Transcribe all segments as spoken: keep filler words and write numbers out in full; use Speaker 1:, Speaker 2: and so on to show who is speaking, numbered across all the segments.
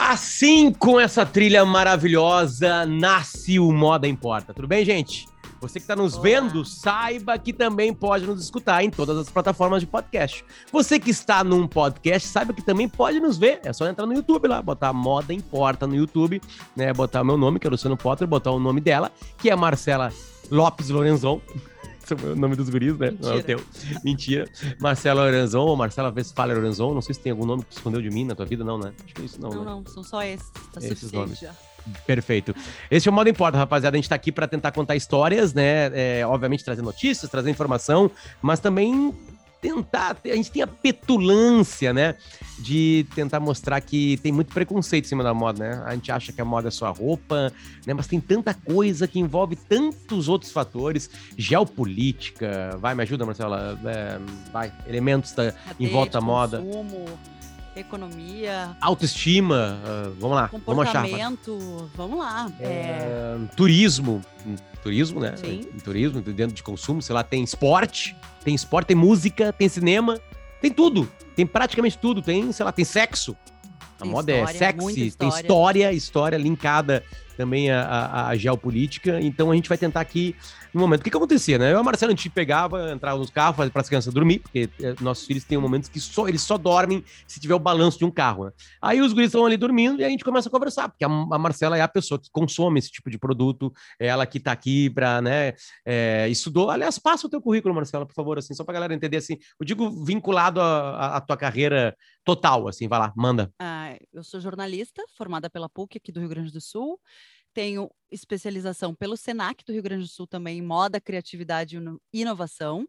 Speaker 1: Assim, com essa trilha maravilhosa, nasce o Moda Importa. Tudo bem, gente? Você que está nos Olá. vendo, saiba que também pode nos escutar em todas as plataformas de podcast. Você que está num podcast, saiba que também pode nos ver. É só entrar no YouTube lá, botar Moda Importa no YouTube, né? Botar o meu nome, que é Luciano Potter, botar o nome dela, que é Marcela Lopes Lorenzon. Esse é o nome dos guris, né? Mentira. Não é o teu. Mentira. Marcela Lorenzon, ou Marcela Westphal Lorenzon. Não sei se tem algum nome que tu escondeu de mim na tua vida, não, né? Acho que é isso não,
Speaker 2: Não,
Speaker 1: né?
Speaker 2: não. São só esses. Tá
Speaker 1: esses nomes.
Speaker 2: Já.
Speaker 1: Perfeito. Esse é o Moda Importa, rapaziada. A gente tá aqui para tentar contar histórias, né? É, obviamente trazer notícias, trazer informação, mas também tentar... A gente tem a petulância, né? De tentar mostrar que tem muito preconceito em cima da moda, né? A gente acha que a moda é só a roupa, né? Mas tem tanta coisa que envolve tantos outros fatores. Geopolítica. Vai, me ajuda, Marcela. É, vai. Elementos da, em volta da moda.
Speaker 2: Consumo. Economia,
Speaker 1: autoestima, uh, vamos lá, vamos achar.
Speaker 2: Comportamento, vamos lá.
Speaker 1: É... É... Turismo, turismo, né?
Speaker 2: Sim.
Speaker 1: Turismo, dentro de consumo, sei lá, tem esporte, tem esporte, tem música, tem cinema, tem tudo, tem praticamente tudo, tem, sei lá, tem sexo. A
Speaker 2: tem
Speaker 1: moda
Speaker 2: história,
Speaker 1: é sexy,
Speaker 2: história.
Speaker 1: tem história, história linkada também à, à, à geopolítica. Então a gente vai tentar aqui, no momento, o que que acontecia, né? Eu e a Marcela, a gente pegava, entrava nos carros para as crianças dormir, porque eh, nossos filhos têm momentos que só, eles só dormem se tiver o balanço de um carro, né? Aí os guris estão ali dormindo e a gente começa a conversar, porque a, a Marcela é a pessoa que consome esse tipo de produto, é ela que tá aqui para, né, é, estudou. Aliás, passa o teu currículo, Marcela, por favor, assim, só pra galera entender, assim, eu digo vinculado à tua carreira total, assim, vai lá, manda.
Speaker 2: Ah, eu sou jornalista, formada pela P U C aqui do Rio Grande do Sul. Tenho especialização pelo Senac do Rio Grande do Sul também em moda, criatividade e inovação.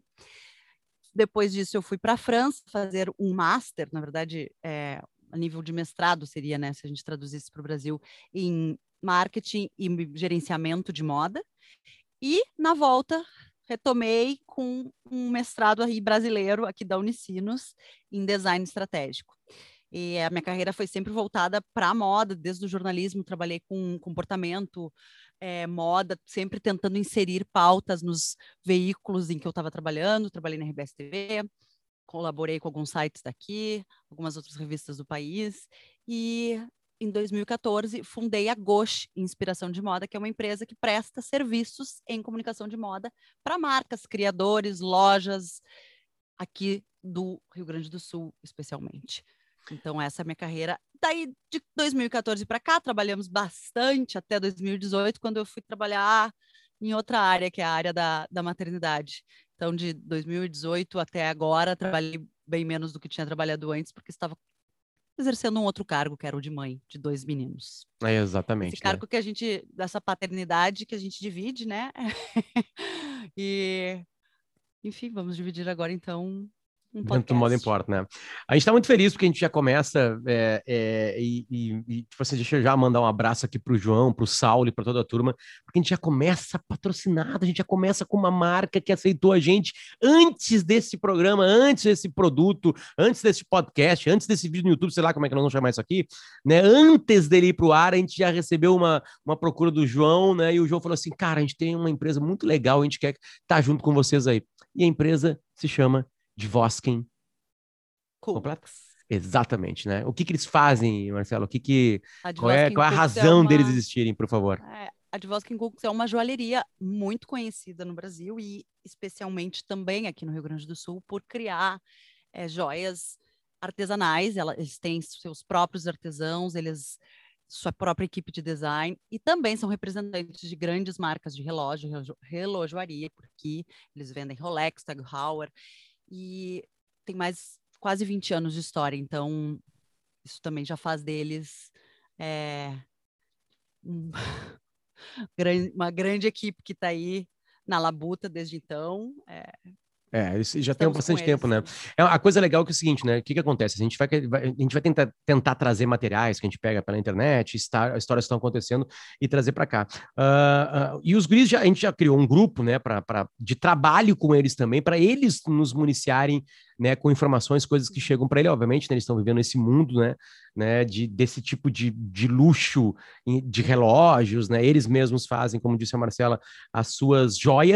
Speaker 2: Depois disso, eu fui para a França fazer um master, na verdade, é, a nível de mestrado seria, né, se a gente traduzisse para o Brasil, em marketing e gerenciamento de moda. E, na volta, retomei com um mestrado aí brasileiro aqui da Unicinos em design estratégico. E a minha carreira foi sempre voltada para a moda, desde o jornalismo, trabalhei com comportamento, é, moda, sempre tentando inserir pautas nos veículos em que eu estava trabalhando. Trabalhei na R B S T V, colaborei com alguns sites daqui, algumas outras revistas do país. E em dois mil e quatorze, fundei a Gauche Inspiração de Moda, que é uma empresa que presta serviços em comunicação de moda para marcas, criadores, lojas aqui do Rio Grande do Sul, especialmente. Então, essa é a minha carreira. Daí, de dois mil e quatorze para cá, trabalhamos bastante até dois mil e dezoito, quando eu fui trabalhar em outra área, que é a área da, da maternidade. Então, de dois mil e dezoito até agora, trabalhei bem menos do que tinha trabalhado antes, porque estava exercendo um outro cargo, que era o de mãe, de dois meninos.
Speaker 1: É, exatamente.
Speaker 2: Esse cargo,
Speaker 1: né?
Speaker 2: que a gente, dessa paternidade que a gente divide, né? E, enfim, vamos dividir agora, então, um
Speaker 1: Dentro do Moda Importa, né? A gente tá muito feliz porque a gente já começa é, é, e, e, e, tipo assim, deixa eu já mandar um abraço aqui pro João, pro Saulo e pra toda a turma, porque a gente já começa patrocinado, a gente já começa com uma marca que aceitou a gente antes desse programa, antes desse produto, antes desse podcast, antes desse vídeo no YouTube, sei lá como é que nós vamos chamar isso aqui, né? Antes dele ir pro ar, a gente já recebeu uma, uma procura do João, né? E o João falou assim, cara, a gente tem uma empresa muito legal, a gente quer estar junto com vocês aí. E a empresa se chama Dvoskin Completo? Exatamente, né? O que que eles fazem, Marcelo? O que que... Qual é, qual é a razão é uma... deles existirem, por favor?
Speaker 2: É, a Dvoskin Cooks é uma joalheria muito conhecida no Brasil e especialmente também aqui no Rio Grande do Sul por criar é, joias artesanais. Ela, eles têm seus próprios artesãos, eles sua própria equipe de design e também são representantes de grandes marcas de relógio, relojoaria por aqui. Eles vendem Rolex, Tag Heuer e tem mais quase vinte anos de história, então isso também já faz deles é, um, uma grande equipe que está aí na labuta desde então. É,
Speaker 1: É, eles já tem bastante tempo, né? É, a coisa legal é que é o seguinte, né? O que que acontece? A gente vai, a gente vai tentar, tentar trazer materiais que a gente pega pela internet, histórias que estão acontecendo e trazer para cá. Uh, uh, e os guris, já, a gente já criou um grupo, né, pra, pra, de trabalho com eles também, para eles nos municiarem, né, com informações, coisas que chegam para ele. Obviamente, né, eles estão vivendo esse mundo, né, né de, desse tipo de, de luxo de relógios, né? Eles mesmos fazem, como disse a Marcela, as suas joias,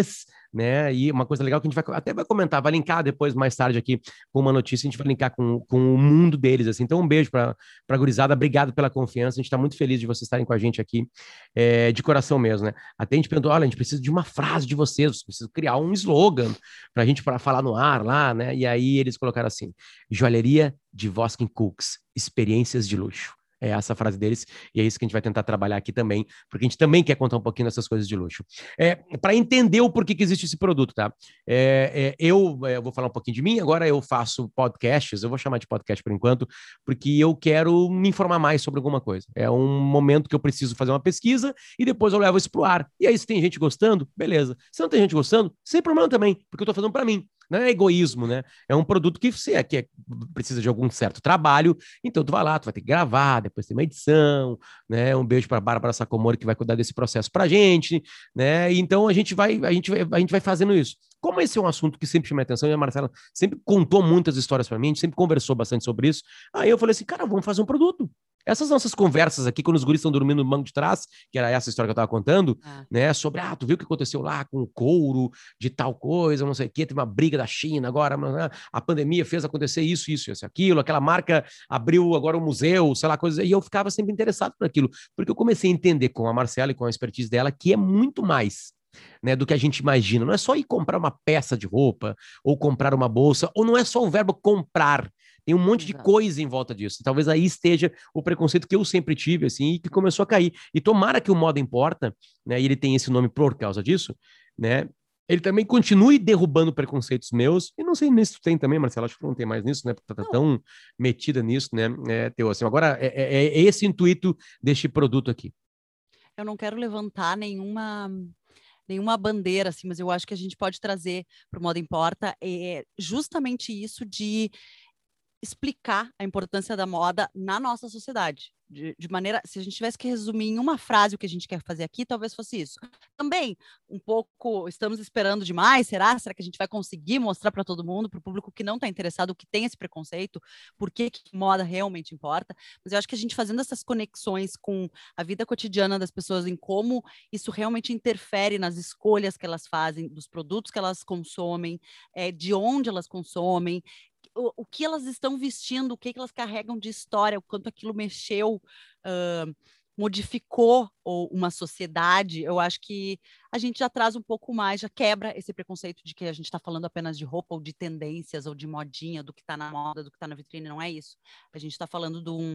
Speaker 1: né? E uma coisa legal que a gente vai até vai comentar, vai linkar depois, mais tarde aqui, com uma notícia, a gente vai linkar com, com o mundo deles, assim. Então, um beijo para a gurizada, obrigado pela confiança, a gente está muito feliz de vocês estarem com a gente aqui, é, de coração mesmo, né? Até a gente perguntou, olha, a gente precisa de uma frase de vocês, vocês precisam criar um slogan para a gente para falar no ar lá, né? E aí eles colocaram assim, joalheria de Voskin Cooks, experiências de luxo. É essa a frase deles, e é isso que a gente vai tentar trabalhar aqui também, porque a gente também quer contar um pouquinho dessas coisas de luxo. É, para entender o porquê que existe esse produto, tá? É, é, eu, é, eu vou falar um pouquinho de mim, agora eu faço podcasts, eu vou chamar de podcast por enquanto, porque eu quero me informar mais sobre alguma coisa. É um momento que eu preciso fazer uma pesquisa e depois eu levo isso pro ar. E aí, se tem gente gostando, beleza. Se não tem gente gostando, sem problema também, porque eu tô fazendo para mim. Não é egoísmo, né? É um produto que você é, que é, precisa de algum certo trabalho, então tu vai lá, tu vai ter que gravar, depois tem uma edição, né? Um beijo para a Bárbara Sacomori que vai cuidar desse processo pra gente, né? Então a gente vai, a gente vai, a gente vai fazendo isso. Como esse é um assunto que sempre chama a atenção, e a Marcela sempre contou muitas histórias para mim, a gente sempre conversou bastante sobre isso, aí eu falei assim, cara, vamos fazer um produto. Essas nossas conversas aqui, quando os guris estão dormindo no banco de trás, que era essa história que eu estava contando, ah. né? Sobre, ah, tu viu o que aconteceu lá com o couro de tal coisa, não sei o quê, teve uma briga da China agora, a pandemia fez acontecer isso, isso, isso, aquilo, aquela marca abriu agora um museu, sei lá, coisas, e eu ficava sempre interessado por aquilo, porque eu comecei a entender com a Marcela e com a expertise dela que é muito mais, né, do que a gente imagina. Não é só ir comprar uma peça de roupa, ou comprar uma bolsa, ou não é só o verbo comprar. Tem um monte Exato. de coisa em volta disso. Talvez aí esteja o preconceito que eu sempre tive, assim, e que começou a cair. E tomara que o Moda Importa, né, e ele tem esse nome por causa disso, né, ele também continue derrubando preconceitos meus, e não sei nem se tu tem também, Marcelo, acho que não tem mais nisso, né, porque tá tão metida nisso, né, é, teu, assim, agora é, é, é esse intuito deste produto aqui.
Speaker 2: Eu não quero levantar nenhuma... nenhuma bandeira, assim, mas eu acho que a gente pode trazer para o Moda Importa é justamente isso de explicar a importância da moda na nossa sociedade. De, de maneira, se a gente tivesse que resumir em uma frase o que a gente quer fazer aqui, talvez fosse isso. Também, um pouco, estamos esperando demais, será? Será que a gente vai conseguir mostrar para todo mundo, para o público que não está interessado, que tem esse preconceito, por que que moda realmente importa? Mas eu acho que a gente fazendo essas conexões com a vida cotidiana das pessoas, em como isso realmente interfere nas escolhas que elas fazem, dos produtos que elas consomem, é, de onde elas consomem, O, o que elas estão vestindo, o que, que elas carregam de história, o quanto aquilo mexeu, uh, modificou ou, uma sociedade. Eu acho que a gente já traz um pouco mais, já quebra esse preconceito de que a gente está falando apenas de roupa ou de tendências ou de modinha, do que está na moda, do que está na vitrine. Não é isso. A gente está falando de um,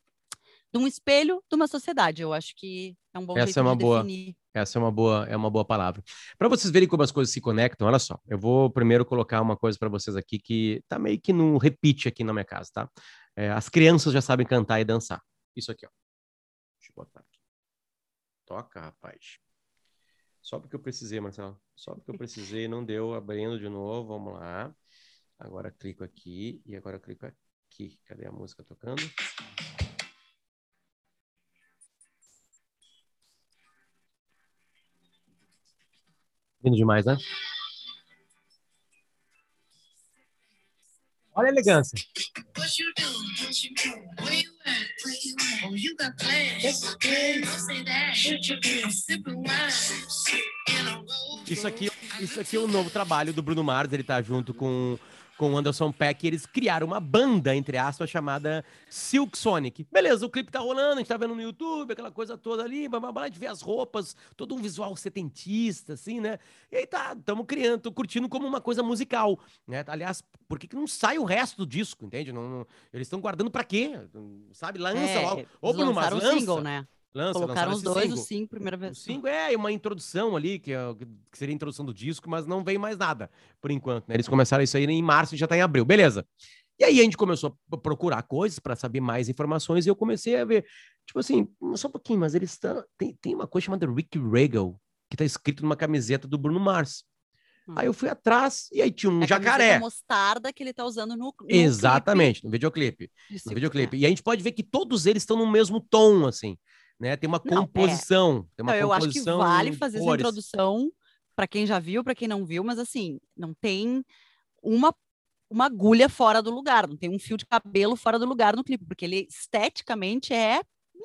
Speaker 2: de um espelho de uma sociedade. Eu acho que é um bom
Speaker 1: Essa
Speaker 2: jeito
Speaker 1: é uma
Speaker 2: de
Speaker 1: boa,
Speaker 2: definir.
Speaker 1: Essa é uma boa, é uma boa palavra. Para vocês verem como as coisas se conectam, olha só, eu vou primeiro colocar uma coisa para vocês aqui que tá meio que num repeat aqui na minha casa, tá? É, as crianças já sabem cantar e dançar. Isso aqui, ó. Deixa eu botar aqui. Toca, rapaz. Só porque eu precisei, Marcelo. Só porque eu precisei, não deu. Abrindo de novo, vamos lá. Agora clico aqui e agora clico aqui. Cadê a música tocando? Lindo demais, né? Olha a elegância. Isso aqui, isso aqui é um novo trabalho do Bruno Mars, ele tá junto com com o Anderson Paak, eles criaram uma banda, entre aspas, chamada Silk Sonic. Beleza, o clipe tá rolando, a gente tá vendo no YouTube, aquela coisa toda ali, blá, blá, blá, a gente vê as roupas, todo um visual setentista, assim, né? E aí tá, estamos criando, tô curtindo como uma coisa musical, né? Aliás, por que que não sai o resto do disco, entende? Não, não, eles estão guardando pra quê? Sabe, lança
Speaker 2: é,
Speaker 1: logo. Ou Bruno Mars, lança.
Speaker 2: Single, né?
Speaker 1: Lança,
Speaker 2: Colocaram os dois,
Speaker 1: single.
Speaker 2: o cinco, primeira vez.
Speaker 1: O cinco é uma introdução ali, que, é, que seria a introdução do disco, mas não vem mais nada, por enquanto, né? Eles começaram isso aí em março e já tá em abril, beleza. E aí a gente começou a procurar coisas para saber mais informações e eu comecei a ver, tipo assim, só um pouquinho, mas eles estão... Tem, tem uma coisa chamada Rick Regal, que tá escrito numa camiseta do Bruno Mars. Hum. Aí eu fui atrás e aí tinha um
Speaker 2: é
Speaker 1: jacaré.
Speaker 2: A mostarda que ele tá usando no, no
Speaker 1: Exatamente,
Speaker 2: clipe.
Speaker 1: no videoclipe. No videoclipe. É. E a gente pode ver que todos eles estão no mesmo tom, assim. Né? Tem uma não, composição. É. Tem uma
Speaker 2: então, eu
Speaker 1: composição
Speaker 2: acho que vale fazer essa introdução para quem já viu, para quem não viu, mas assim, não tem uma, uma agulha fora do lugar, não tem um fio de cabelo fora do lugar no clipe, porque ele esteticamente é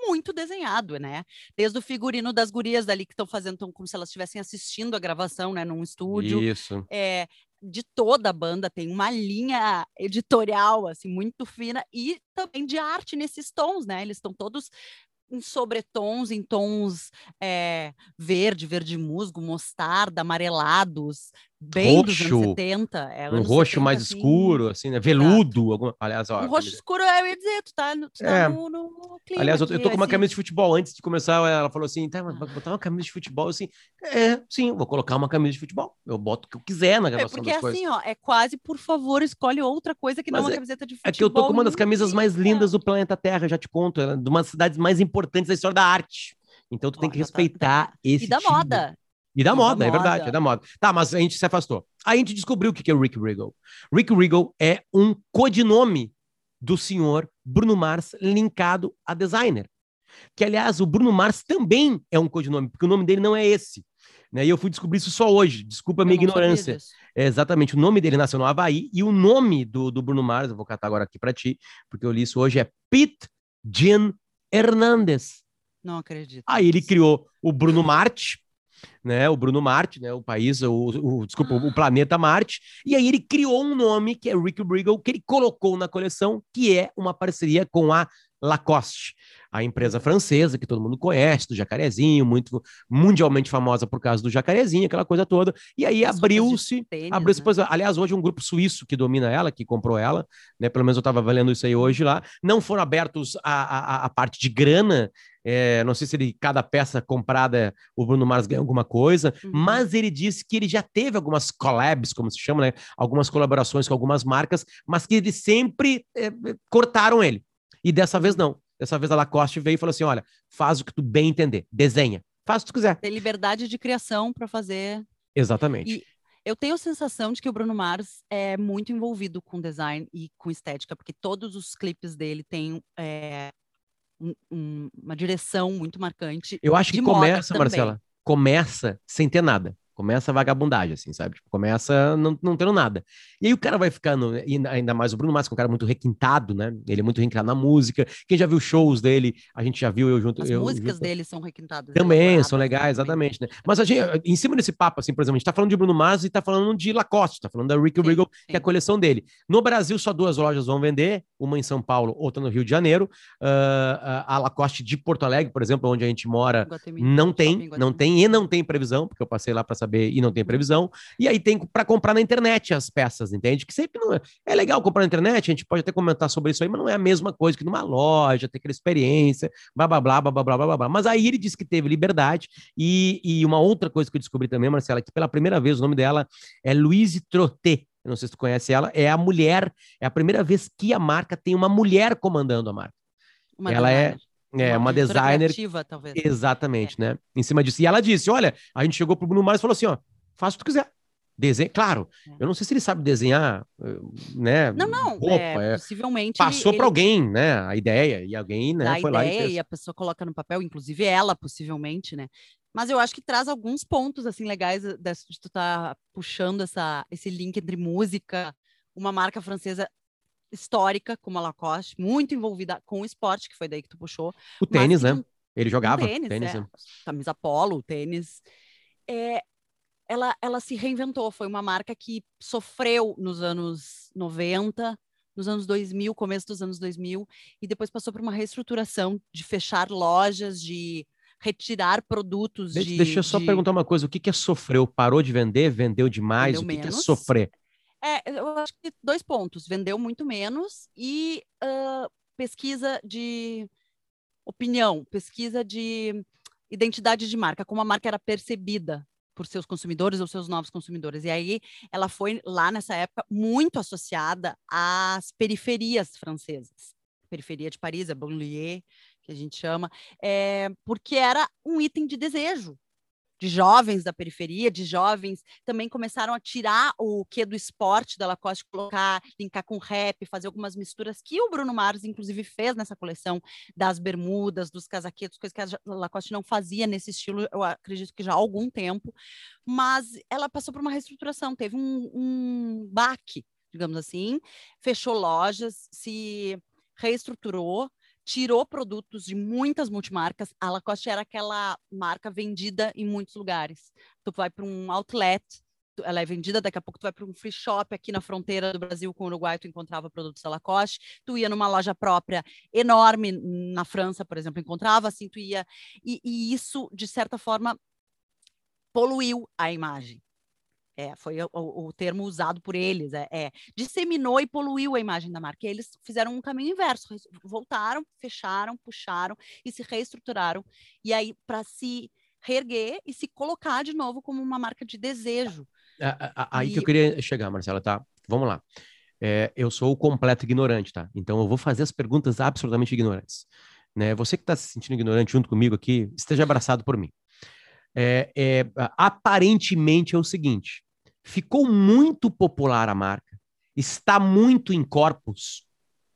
Speaker 2: muito desenhado, né? Desde o figurino das gurias dali que estão fazendo, tão como se elas estivessem assistindo a gravação, né, num estúdio.
Speaker 1: Isso.
Speaker 2: É, de toda a banda tem uma linha editorial assim muito fina e também de arte nesses tons, né? Eles estão todos em sobretons, em tons é, verde, verde musgo, mostarda, amarelados, bem dos anos
Speaker 1: Roxo,
Speaker 2: setenta. É,
Speaker 1: um
Speaker 2: anos
Speaker 1: roxo
Speaker 2: setenta,
Speaker 1: mais
Speaker 2: assim,
Speaker 1: escuro, assim, né?
Speaker 2: exato.
Speaker 1: Veludo. Alguma... Aliás, ó,
Speaker 2: Um
Speaker 1: a
Speaker 2: roxo
Speaker 1: camisa.
Speaker 2: escuro, eu ia dizer, tu tá, no- tu tá
Speaker 1: É.
Speaker 2: no, no clima
Speaker 1: Aliás, eu,
Speaker 2: aqui.
Speaker 1: eu tô com uma
Speaker 2: Esse...
Speaker 1: camisa de futebol. Antes de começar, ela falou assim: tá, mas vai botar uma camisa de futebol? Assim, é, sim, vou colocar uma camisa de futebol. Eu boto o que eu quiser na
Speaker 2: É
Speaker 1: gravação
Speaker 2: porque
Speaker 1: das
Speaker 2: é
Speaker 1: coisas.
Speaker 2: assim, ó, é quase, por favor, escolhe outra coisa que não
Speaker 1: Mas
Speaker 2: uma
Speaker 1: é,
Speaker 2: camiseta de
Speaker 1: é que eu tô com
Speaker 2: futebol
Speaker 1: uma
Speaker 2: e
Speaker 1: das
Speaker 2: um
Speaker 1: camisas mais lindas
Speaker 2: jeans.
Speaker 1: do planeta Terra, já te conto. É de uma das cidades mais importantes da história da arte. Então tu tem
Speaker 2: Ó,
Speaker 1: que
Speaker 2: já tá, tá-
Speaker 1: respeitar
Speaker 2: E
Speaker 1: esse
Speaker 2: da
Speaker 1: time.
Speaker 2: moda.
Speaker 1: E da
Speaker 2: E da
Speaker 1: moda, é verdade, é
Speaker 2: moda.
Speaker 1: da moda. Tá, mas a gente se afastou. Aí a gente descobriu o que é o Rick Regal. Rick Regal é um codinome do senhor Bruno Mars linkado a designer. Que, aliás, o Bruno Mars também é um codinome, porque o nome dele não é esse. Né? E eu fui descobrir isso só hoje. Desculpa a
Speaker 2: Eu
Speaker 1: minha
Speaker 2: não sabia
Speaker 1: ignorância.
Speaker 2: disso.
Speaker 1: É exatamente, o nome dele nasceu no Havaí e o nome do, do Bruno Mars, eu vou catar agora aqui para ti, porque eu li isso hoje, é Pete Jean Hernandez.
Speaker 2: Não acredito
Speaker 1: Aí ele
Speaker 2: nisso.
Speaker 1: criou o Bruno Marte, né, o Bruno Marte, né, o país, o, o desculpa, o planeta Marte, e aí ele criou um nome que é Rick Regal, que ele colocou na coleção, que é uma parceria com a Lacoste, a empresa francesa que todo mundo conhece, do jacarezinho, muito mundialmente famosa por causa do jacarezinho, aquela coisa toda. E aí
Speaker 2: As roupas de
Speaker 1: abriu-se,
Speaker 2: tênis,
Speaker 1: abriu-se,
Speaker 2: né?
Speaker 1: aliás, hoje um grupo suíço que domina ela, que comprou ela, né? Pelo menos eu estava valendo isso aí hoje lá. Não foram abertos a, a, a parte de grana. É, não sei se ele, cada peça comprada, o Bruno Mars ganha alguma coisa,
Speaker 2: Uhum.
Speaker 1: mas ele disse que ele já teve algumas collabs, como se chama, né? Algumas colaborações com algumas marcas, mas que eles sempre é, cortaram ele. E dessa vez não. Dessa vez a Lacoste veio e falou assim: olha, faz o que tu bem entender, desenha, faz o que tu quiser.
Speaker 2: Tem liberdade de criação para fazer.
Speaker 1: Exatamente.
Speaker 2: E eu tenho a sensação de que o Bruno Mars é muito envolvido com design e com estética, porque todos os clipes dele têm é, um, um, uma direção muito marcante
Speaker 1: Eu acho que
Speaker 2: de moda
Speaker 1: começa,
Speaker 2: também.
Speaker 1: Marcela, começa sem ter nada. Começa a vagabundagem, assim, sabe? Tipo, começa não, não tendo nada. E aí o cara vai ficando, ainda mais o Bruno Mars, que é um cara muito requintado, né? Ele é muito requintado na música. Quem já viu shows dele, a gente já viu, eu junto.
Speaker 2: As
Speaker 1: Eu,
Speaker 2: músicas
Speaker 1: junto...
Speaker 2: dele são requintadas,
Speaker 1: Também são
Speaker 2: elaboradas, né?
Speaker 1: legais,
Speaker 2: Também.
Speaker 1: exatamente, né? Mas a gente, em cima desse papo, assim, por exemplo, a gente tá falando de Bruno Mars e tá falando de Lacoste, tá falando da Rick
Speaker 2: Sim,
Speaker 1: Regal,
Speaker 2: sim.
Speaker 1: que é a coleção dele. No Brasil, só duas lojas vão vender, uma em São Paulo, outra no Rio de Janeiro. Uh, a Lacoste de Porto Alegre, por exemplo, onde a gente mora,
Speaker 2: Guatemi,
Speaker 1: não tem,
Speaker 2: Shopping
Speaker 1: não
Speaker 2: Guatemi.
Speaker 1: tem e não tem previsão, porque eu passei lá para saber e não tem
Speaker 2: Uhum.
Speaker 1: previsão. E aí tem para comprar na internet as peças, entende? Que sempre não é, é legal comprar na internet, a gente pode até comentar sobre isso aí, mas não é a mesma coisa que numa loja, ter aquela experiência, blá blá blá blá blá blá blá blá. Mas aí ele disse que teve liberdade. E, e uma outra coisa que eu descobri também, Marcela, que pela primeira vez o nome dela é Louise Trottet. Eu não sei se tu conhece ela, é a mulher, é a primeira vez que a marca tem uma mulher comandando a marca.
Speaker 2: Uma
Speaker 1: Ela
Speaker 2: designer.
Speaker 1: é, é
Speaker 2: uma,
Speaker 1: uma designer
Speaker 2: criativa, talvez.
Speaker 1: exatamente, é. Né? Em cima disso. E ela disse: olha, a gente chegou pro Bruno Mars e falou assim: ó, faz o que tu quiser. Desenho, claro, é. Eu não sei se ele sabe desenhar, né?
Speaker 2: Não, não,
Speaker 1: roupa,
Speaker 2: é,
Speaker 1: é,
Speaker 2: possivelmente
Speaker 1: passou
Speaker 2: ele,
Speaker 1: para
Speaker 2: ele...
Speaker 1: alguém, né? A ideia, e alguém, né,
Speaker 2: dá
Speaker 1: foi lá e
Speaker 2: ideia
Speaker 1: fez.
Speaker 2: E a pessoa coloca no papel, inclusive ela, possivelmente, né? Mas eu acho que traz alguns pontos, assim, legais de, de tu tá puxando essa, esse link entre música, uma marca francesa histórica, como a Lacoste, muito envolvida com o esporte, que foi daí que tu puxou.
Speaker 1: O tênis, né? Um, ele jogava.
Speaker 2: Um tênis,
Speaker 1: tênis
Speaker 2: é,
Speaker 1: né?
Speaker 2: camisa polo, tênis. É, ela, ela se reinventou, foi uma marca que sofreu nos anos noventa, nos anos dois mil, começo dos anos dois mil, e depois passou por uma reestruturação de fechar lojas, de retirar produtos
Speaker 1: deixa,
Speaker 2: de...
Speaker 1: Deixa eu só
Speaker 2: de...
Speaker 1: perguntar uma coisa, o que que é sofreu? Parou de vender? Vendeu demais?
Speaker 2: Vendeu
Speaker 1: o que
Speaker 2: menos.
Speaker 1: que é sofrer?
Speaker 2: É, eu acho que dois pontos, vendeu muito menos e uh, pesquisa de opinião, pesquisa de identidade de marca, como a marca era percebida por seus consumidores ou seus novos consumidores. E aí ela foi, lá nessa época, muito associada às periferias francesas. Periferia de Paris, a banlieue, que a gente chama, é, porque era um item de desejo de jovens da periferia, de jovens, também começaram a tirar o que do esporte da Lacoste, colocar, linkar com rap, fazer algumas misturas que o Bruno Mars, inclusive, fez nessa coleção das bermudas, dos casaquetos, coisas que a Lacoste não fazia nesse estilo, eu acredito que já há algum tempo, mas ela passou por uma reestruturação, teve um, um baque, digamos assim, fechou lojas, se reestruturou, tirou produtos de muitas multimarcas. A Lacoste era aquela marca vendida em muitos lugares. Tu vai para um outlet, ela é vendida, daqui a pouco tu vai para um free shop aqui na fronteira do Brasil com o Uruguai, tu encontrava produtos da Lacoste, tu ia numa loja própria enorme na França, por exemplo, encontrava, assim, tu ia... E, e isso, de certa forma, poluiu a imagem. É, foi o, o, o termo usado por eles, é, é, disseminou e poluiu a imagem da marca. E eles fizeram um caminho inverso, voltaram, fecharam, puxaram e se reestruturaram. E aí, para se reerguer e se colocar de novo como uma marca de desejo.
Speaker 1: É, é, aí que eu
Speaker 2: E...
Speaker 1: queria chegar, Marcela, tá? Vamos lá. É, eu sou o completo ignorante, tá? Então eu vou fazer as perguntas absolutamente ignorantes. Né? Você que está se sentindo ignorante junto comigo aqui, esteja abraçado por mim. É, é, aparentemente é o seguinte: ficou muito popular a marca, está muito em corpus,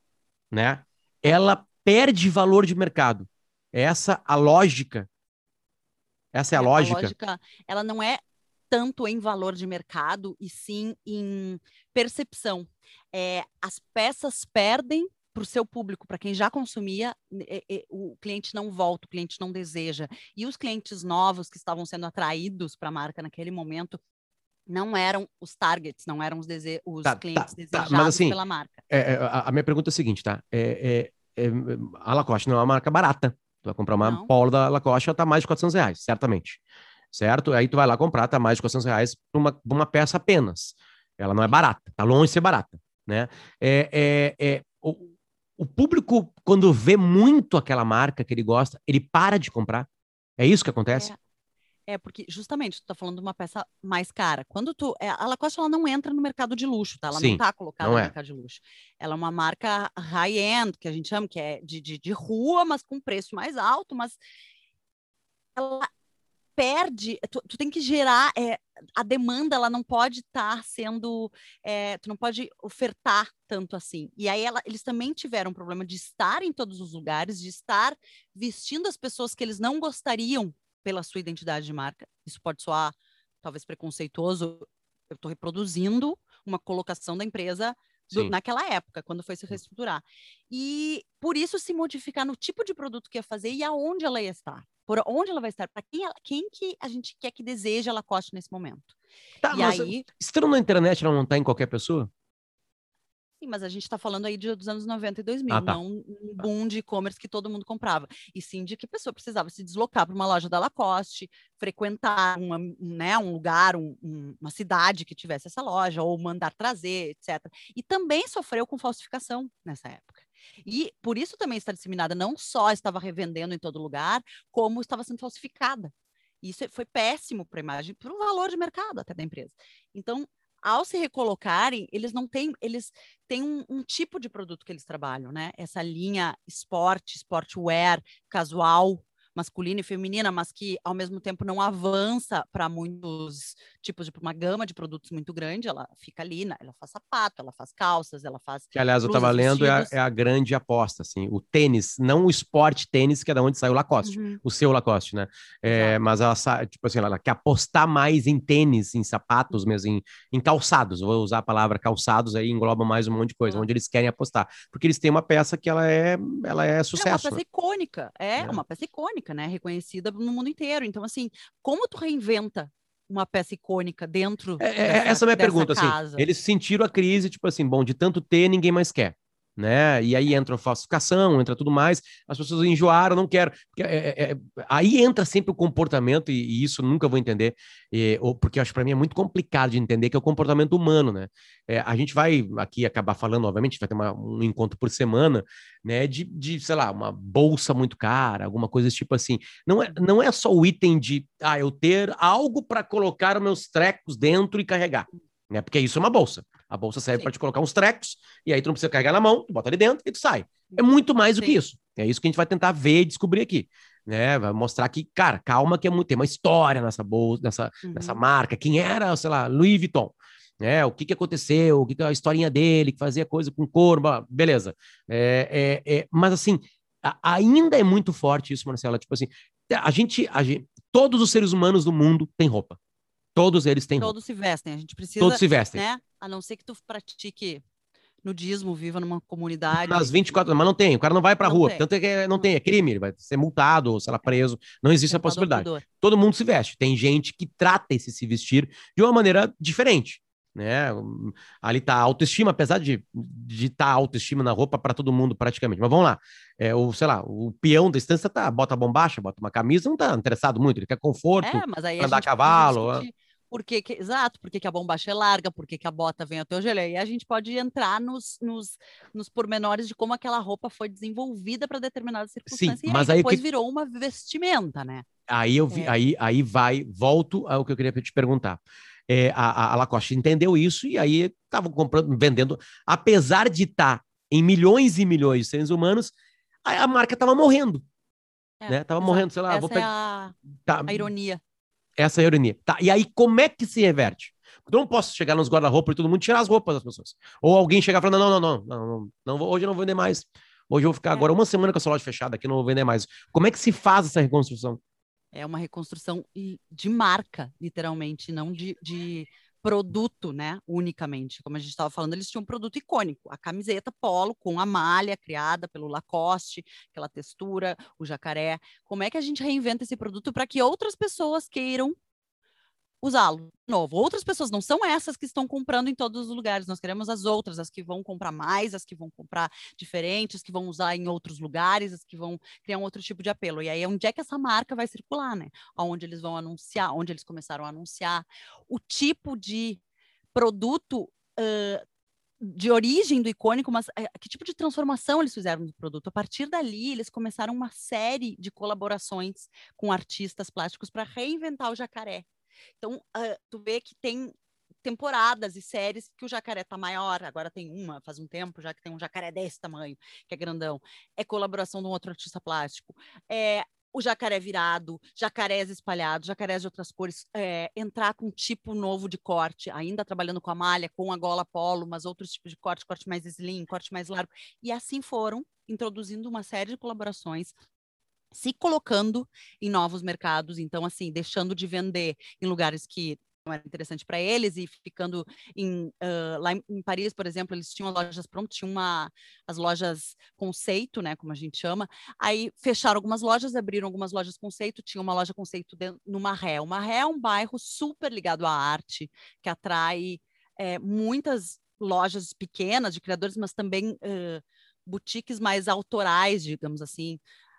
Speaker 1: né? Ela perde valor de mercado. Essa a lógica. Essa é a
Speaker 2: É, a
Speaker 1: lógica.
Speaker 2: lógica, ela não é tanto em valor de mercado, e sim em percepção. É, as peças perdem para o seu público, para quem já consumia, é, é, o cliente não volta, o cliente não deseja. E os clientes novos que estavam sendo atraídos para a marca naquele momento não eram os targets, não eram os, dese os
Speaker 1: Tá,
Speaker 2: clientes
Speaker 1: tá, tá.
Speaker 2: desejados
Speaker 1: Mas assim,
Speaker 2: pela marca.
Speaker 1: é, é, a, a minha pergunta é a seguinte, tá? É, é, é, a Lacoste não é uma marca barata. Tu vai comprar uma
Speaker 2: Não.
Speaker 1: polo da Lacoste, ela tá mais de quatrocentos reais, certamente. Certo? Aí tu vai lá comprar, tá mais de quatrocentos reais por uma, por uma peça apenas. Ela não é barata, tá longe de ser barata, né? É, é, é, o, o público, quando vê muito aquela marca que ele gosta, ele para de comprar. É isso que acontece?
Speaker 2: É, É, porque justamente tu tá falando de uma peça mais cara. Quando tu. É, a Lacoste ela não entra no mercado de luxo, tá? Ela não
Speaker 1: Sim,
Speaker 2: tá colocada
Speaker 1: não
Speaker 2: no
Speaker 1: é.
Speaker 2: mercado de luxo. Ela é uma marca high-end, que a gente chama, que é de, de, de rua, mas com preço mais alto, mas ela perde. Tu, tu tem que gerar. É, a demanda, ela não pode estar tá sendo. É, tu não pode ofertar tanto assim. E aí ela, eles também tiveram um problema de estar em todos os lugares, de estar vestindo as pessoas que eles não gostariam pela sua identidade de marca. Isso pode soar talvez preconceituoso. Eu estou reproduzindo uma colocação da empresa do,
Speaker 1: Sim.
Speaker 2: naquela época, quando foi se reestruturar. E por isso se modificar no tipo de produto que ia fazer e aonde ela ia estar. Por onde ela vai estar, para quem, quem que a gente quer que deseje a Lacoste nesse momento.
Speaker 1: Tá,
Speaker 2: E
Speaker 1: mas
Speaker 2: aí,
Speaker 1: estando na internet, ela não tá em qualquer pessoa?
Speaker 2: sim, mas a gente está falando aí de, dos anos noventa e dois
Speaker 1: Ah,
Speaker 2: mil,
Speaker 1: tá.
Speaker 2: não um
Speaker 1: Tá.
Speaker 2: boom de e-commerce que todo mundo comprava. E sim de que a pessoa precisava se deslocar para uma loja da Lacoste, frequentar uma, né, um lugar, um, um, uma cidade que tivesse essa loja, ou mandar trazer, etcétera. E também sofreu com falsificação nessa época. E por isso também está disseminada, não só estava revendendo em todo lugar, como estava sendo falsificada. Isso foi péssimo para a imagem, para o valor de mercado até da empresa. Então, ao se recolocarem, eles não têm, eles têm um, um tipo de produto que eles trabalham, né? Essa linha esporte, sportwear, casual, masculina e feminina, mas que ao mesmo tempo não avança para muitos tipos de uma gama de produtos muito grande. Ela fica ali, né? Ela faz sapato, ela faz calças, ela faz
Speaker 1: Que, aliás, eu estava
Speaker 2: blusas,
Speaker 1: lendo, é a,
Speaker 2: vestidos.
Speaker 1: é a grande aposta, assim, o tênis, não o esporte tênis, que é da onde saiu o Lacoste,
Speaker 2: Uhum,
Speaker 1: o seu Lacoste, né? É,
Speaker 2: exato.
Speaker 1: mas ela, tipo assim, ela quer apostar mais em tênis, em sapatos mesmo, em, em calçados, vou usar a palavra calçados, aí engloba mais um monte de coisa,
Speaker 2: Uhum.
Speaker 1: onde eles querem apostar, porque eles têm uma peça que ela é, ela é
Speaker 2: É uma
Speaker 1: sucesso, né?
Speaker 2: peça icônica, é
Speaker 1: É.
Speaker 2: uma peça icônica, né? Reconhecida no mundo inteiro. Então, assim, como tu reinventa uma peça icônica dentro
Speaker 1: É, é,
Speaker 2: dessa,
Speaker 1: essa é a minha
Speaker 2: dessa
Speaker 1: pergunta, assim,
Speaker 2: casa?
Speaker 1: eles sentiram a crise, tipo assim, bom, de tanto ter, ninguém mais quer, né? E aí entra a falsificação, entra tudo mais, as pessoas enjoaram, não quero. Porque, é, é, é, aí entra sempre o comportamento, e, e isso nunca vou entender, e, ou, porque eu acho para mim é muito complicado de entender, que é o comportamento humano, né? É, a gente vai aqui acabar falando, obviamente, vai ter uma, um encontro por semana, né? De, de, sei lá, uma bolsa muito cara, alguma coisa desse tipo assim. Não é, não é só o item de, ah, eu ter algo para colocar os meus trecos dentro e carregar, né? Porque isso é uma bolsa. A bolsa serve para
Speaker 2: Sim,
Speaker 1: te colocar uns trecos, e aí tu não precisa carregar na mão, tu bota ali dentro e tu sai. É muito mais do que
Speaker 2: sim.
Speaker 1: isso. É isso que a gente vai tentar ver e descobrir aqui. Né? Vai mostrar que, cara, calma, que é muito, tem uma história nessa bolsa, nessa, nessa
Speaker 2: Uhum.
Speaker 1: marca. Quem era, sei lá, Louis Vuitton. Né? O que, que aconteceu, o que, que é a historinha dele, que fazia coisa com couro, beleza. É, é, é, mas assim, a, ainda é muito forte isso, Marcela. Tipo assim, a gente, a gente, todos os seres humanos do mundo têm roupa. Todos eles têm roupa.
Speaker 2: Todos se vestem. A gente
Speaker 1: Todos
Speaker 2: precisa,
Speaker 1: se vestem.
Speaker 2: né? A não ser que tu pratique nudismo, viva numa comunidade.
Speaker 1: Nas vinte e quatro horas, mas não tem, o cara não vai pra
Speaker 2: Não
Speaker 1: rua,
Speaker 2: tem.
Speaker 1: tanto é que não
Speaker 2: Não.
Speaker 1: tem, é crime, ele vai ser multado, ou sei lá, preso, não existe a
Speaker 2: Tentado ao
Speaker 1: possibilidade.
Speaker 2: pudor.
Speaker 1: Todo mundo se veste, tem gente que trata esse se vestir de uma maneira diferente, né? Ali tá a autoestima, apesar de de estar tá autoestima na roupa para todo mundo praticamente, mas vamos lá, é, o, sei lá, o peão da estância tá, bota a bombacha, bota uma camisa, não tá interessado muito, ele quer conforto,
Speaker 2: É, mas aí
Speaker 1: pra
Speaker 2: a
Speaker 1: andar a
Speaker 2: gente pode
Speaker 1: cavalo,
Speaker 2: discutir por que, que- exato, por que, que a bombacha é larga, por que, que a bota vem até o joelho. E a gente pode entrar nos, nos, nos pormenores de como aquela roupa foi desenvolvida para determinada
Speaker 1: sim,
Speaker 2: circunstância. E aí
Speaker 1: mas aí o
Speaker 2: depois
Speaker 1: que
Speaker 2: virou uma vestimenta, né?
Speaker 1: Aí eu vi,
Speaker 2: É,
Speaker 1: aí, aí vai, volto ao que eu queria te perguntar. É, a, a Lacoste entendeu isso e aí estavam comprando, vendendo, apesar de estar em milhões e milhões de seres humanos, a, a marca estava morrendo,
Speaker 2: é,
Speaker 1: né? Tava
Speaker 2: exato.
Speaker 1: morrendo, sei lá, vou
Speaker 2: Essa é
Speaker 1: pegar.
Speaker 2: a,
Speaker 1: Tá,
Speaker 2: a ironia.
Speaker 1: essa é a ironia. Tá, e aí como é que se reverte? Eu não posso chegar nos guarda-roupa e todo mundo tirar as roupas das pessoas. Ou alguém chegar falando: não, não, não, não, não, não vou, hoje eu não vou vender mais. Hoje eu vou ficar
Speaker 2: É,
Speaker 1: agora uma semana com essa loja fechada aqui, não vou vender mais. Como é que se faz essa reconstrução?
Speaker 2: é uma reconstrução de marca, literalmente, não de, de produto, né? Unicamente. Como a gente estava falando, eles tinham um produto icônico, a camiseta polo com a malha criada pelo Lacoste, aquela textura, o jacaré. Como é que a gente reinventa esse produto para que outras pessoas queiram usá-lo de novo? Outras pessoas não são essas que estão comprando em todos os lugares, nós queremos as outras, as que vão comprar mais, as que vão comprar diferentes, as que vão usar em outros lugares, as que vão criar um outro tipo de apelo. E aí, onde é que essa marca vai circular, né? Onde eles vão anunciar, onde eles começaram a anunciar, o tipo de produto uh, de origem do icônico, mas uh, que tipo de transformação eles fizeram no produto. A partir dali, eles começaram uma série de colaborações com artistas plásticos para reinventar o jacaré. Então, uh, tu vê que tem temporadas e séries que o jacaré tá maior, agora tem uma, faz um tempo já que tem um jacaré desse tamanho, que é grandão. É colaboração de um outro artista plástico. É o jacaré virado, jacarés espalhados, jacarés de outras cores, é, entrar com um tipo novo de corte, ainda trabalhando com a malha, com a gola polo, mas outros tipos de corte, corte mais slim, corte mais largo. E assim foram introduzindo uma série de colaborações, se colocando em novos mercados, então, assim, deixando de vender em lugares que não era interessante para eles e ficando em, uh, lá em, em Paris, por exemplo, eles tinham lojas prontas, tinham uma, as lojas conceito, né, como a gente chama, aí fecharam algumas lojas, abriram algumas lojas conceito, tinha uma loja conceito de, no Marré. O Marré é um bairro super ligado à arte, que atrai é, muitas lojas pequenas de criadores, mas também uh, boutiques mais autorais, digamos assim.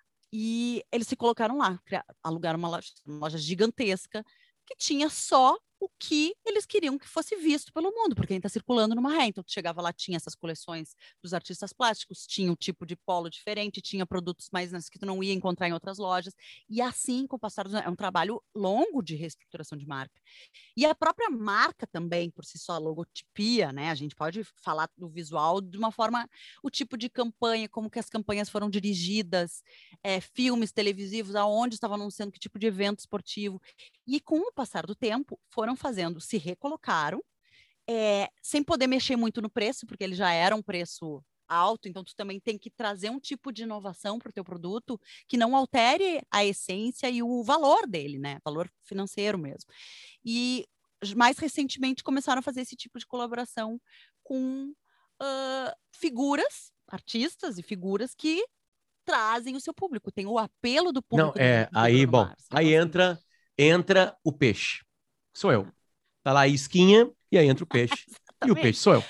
Speaker 2: E eles se colocaram lá, alugaram uma loja, uma loja gigantesca que tinha só o que eles queriam que fosse visto pelo mundo, porque ainda está circulando numa ré. Então, tu chegava lá, tinha essas coleções dos artistas plásticos, tinha um tipo de polo diferente, tinha produtos mais que tu não ia encontrar em outras lojas. E assim, com o passar dos anos, é um trabalho longo de reestruturação de marca. E a própria marca também, por si só, a logotipia, né? A gente pode falar do visual de uma forma, o tipo de campanha, como que as campanhas foram dirigidas, é, filmes televisivos, aonde estavam anunciando que tipo de evento esportivo. E com o passar do tempo, foram fazendo, se recolocaram, é, sem poder mexer muito no preço, porque ele já era um preço alto, então tu também tem que trazer um tipo de inovação para o teu produto que não altere a essência e o valor dele, né? Valor financeiro mesmo. E mais recentemente começaram a fazer esse tipo de colaboração com uh, figuras, artistas e figuras que trazem o seu público, tem o apelo do
Speaker 1: Não,
Speaker 2: público do,
Speaker 1: é,
Speaker 2: do
Speaker 1: aí,
Speaker 2: Bruno
Speaker 1: bom,
Speaker 2: Mars. Então,
Speaker 1: aí
Speaker 2: assim,
Speaker 1: entra, entra o peixe. Sou eu. Tá lá a isquinha e aí entra o peixe. E o peixe
Speaker 2: exatamente.
Speaker 1: sou eu.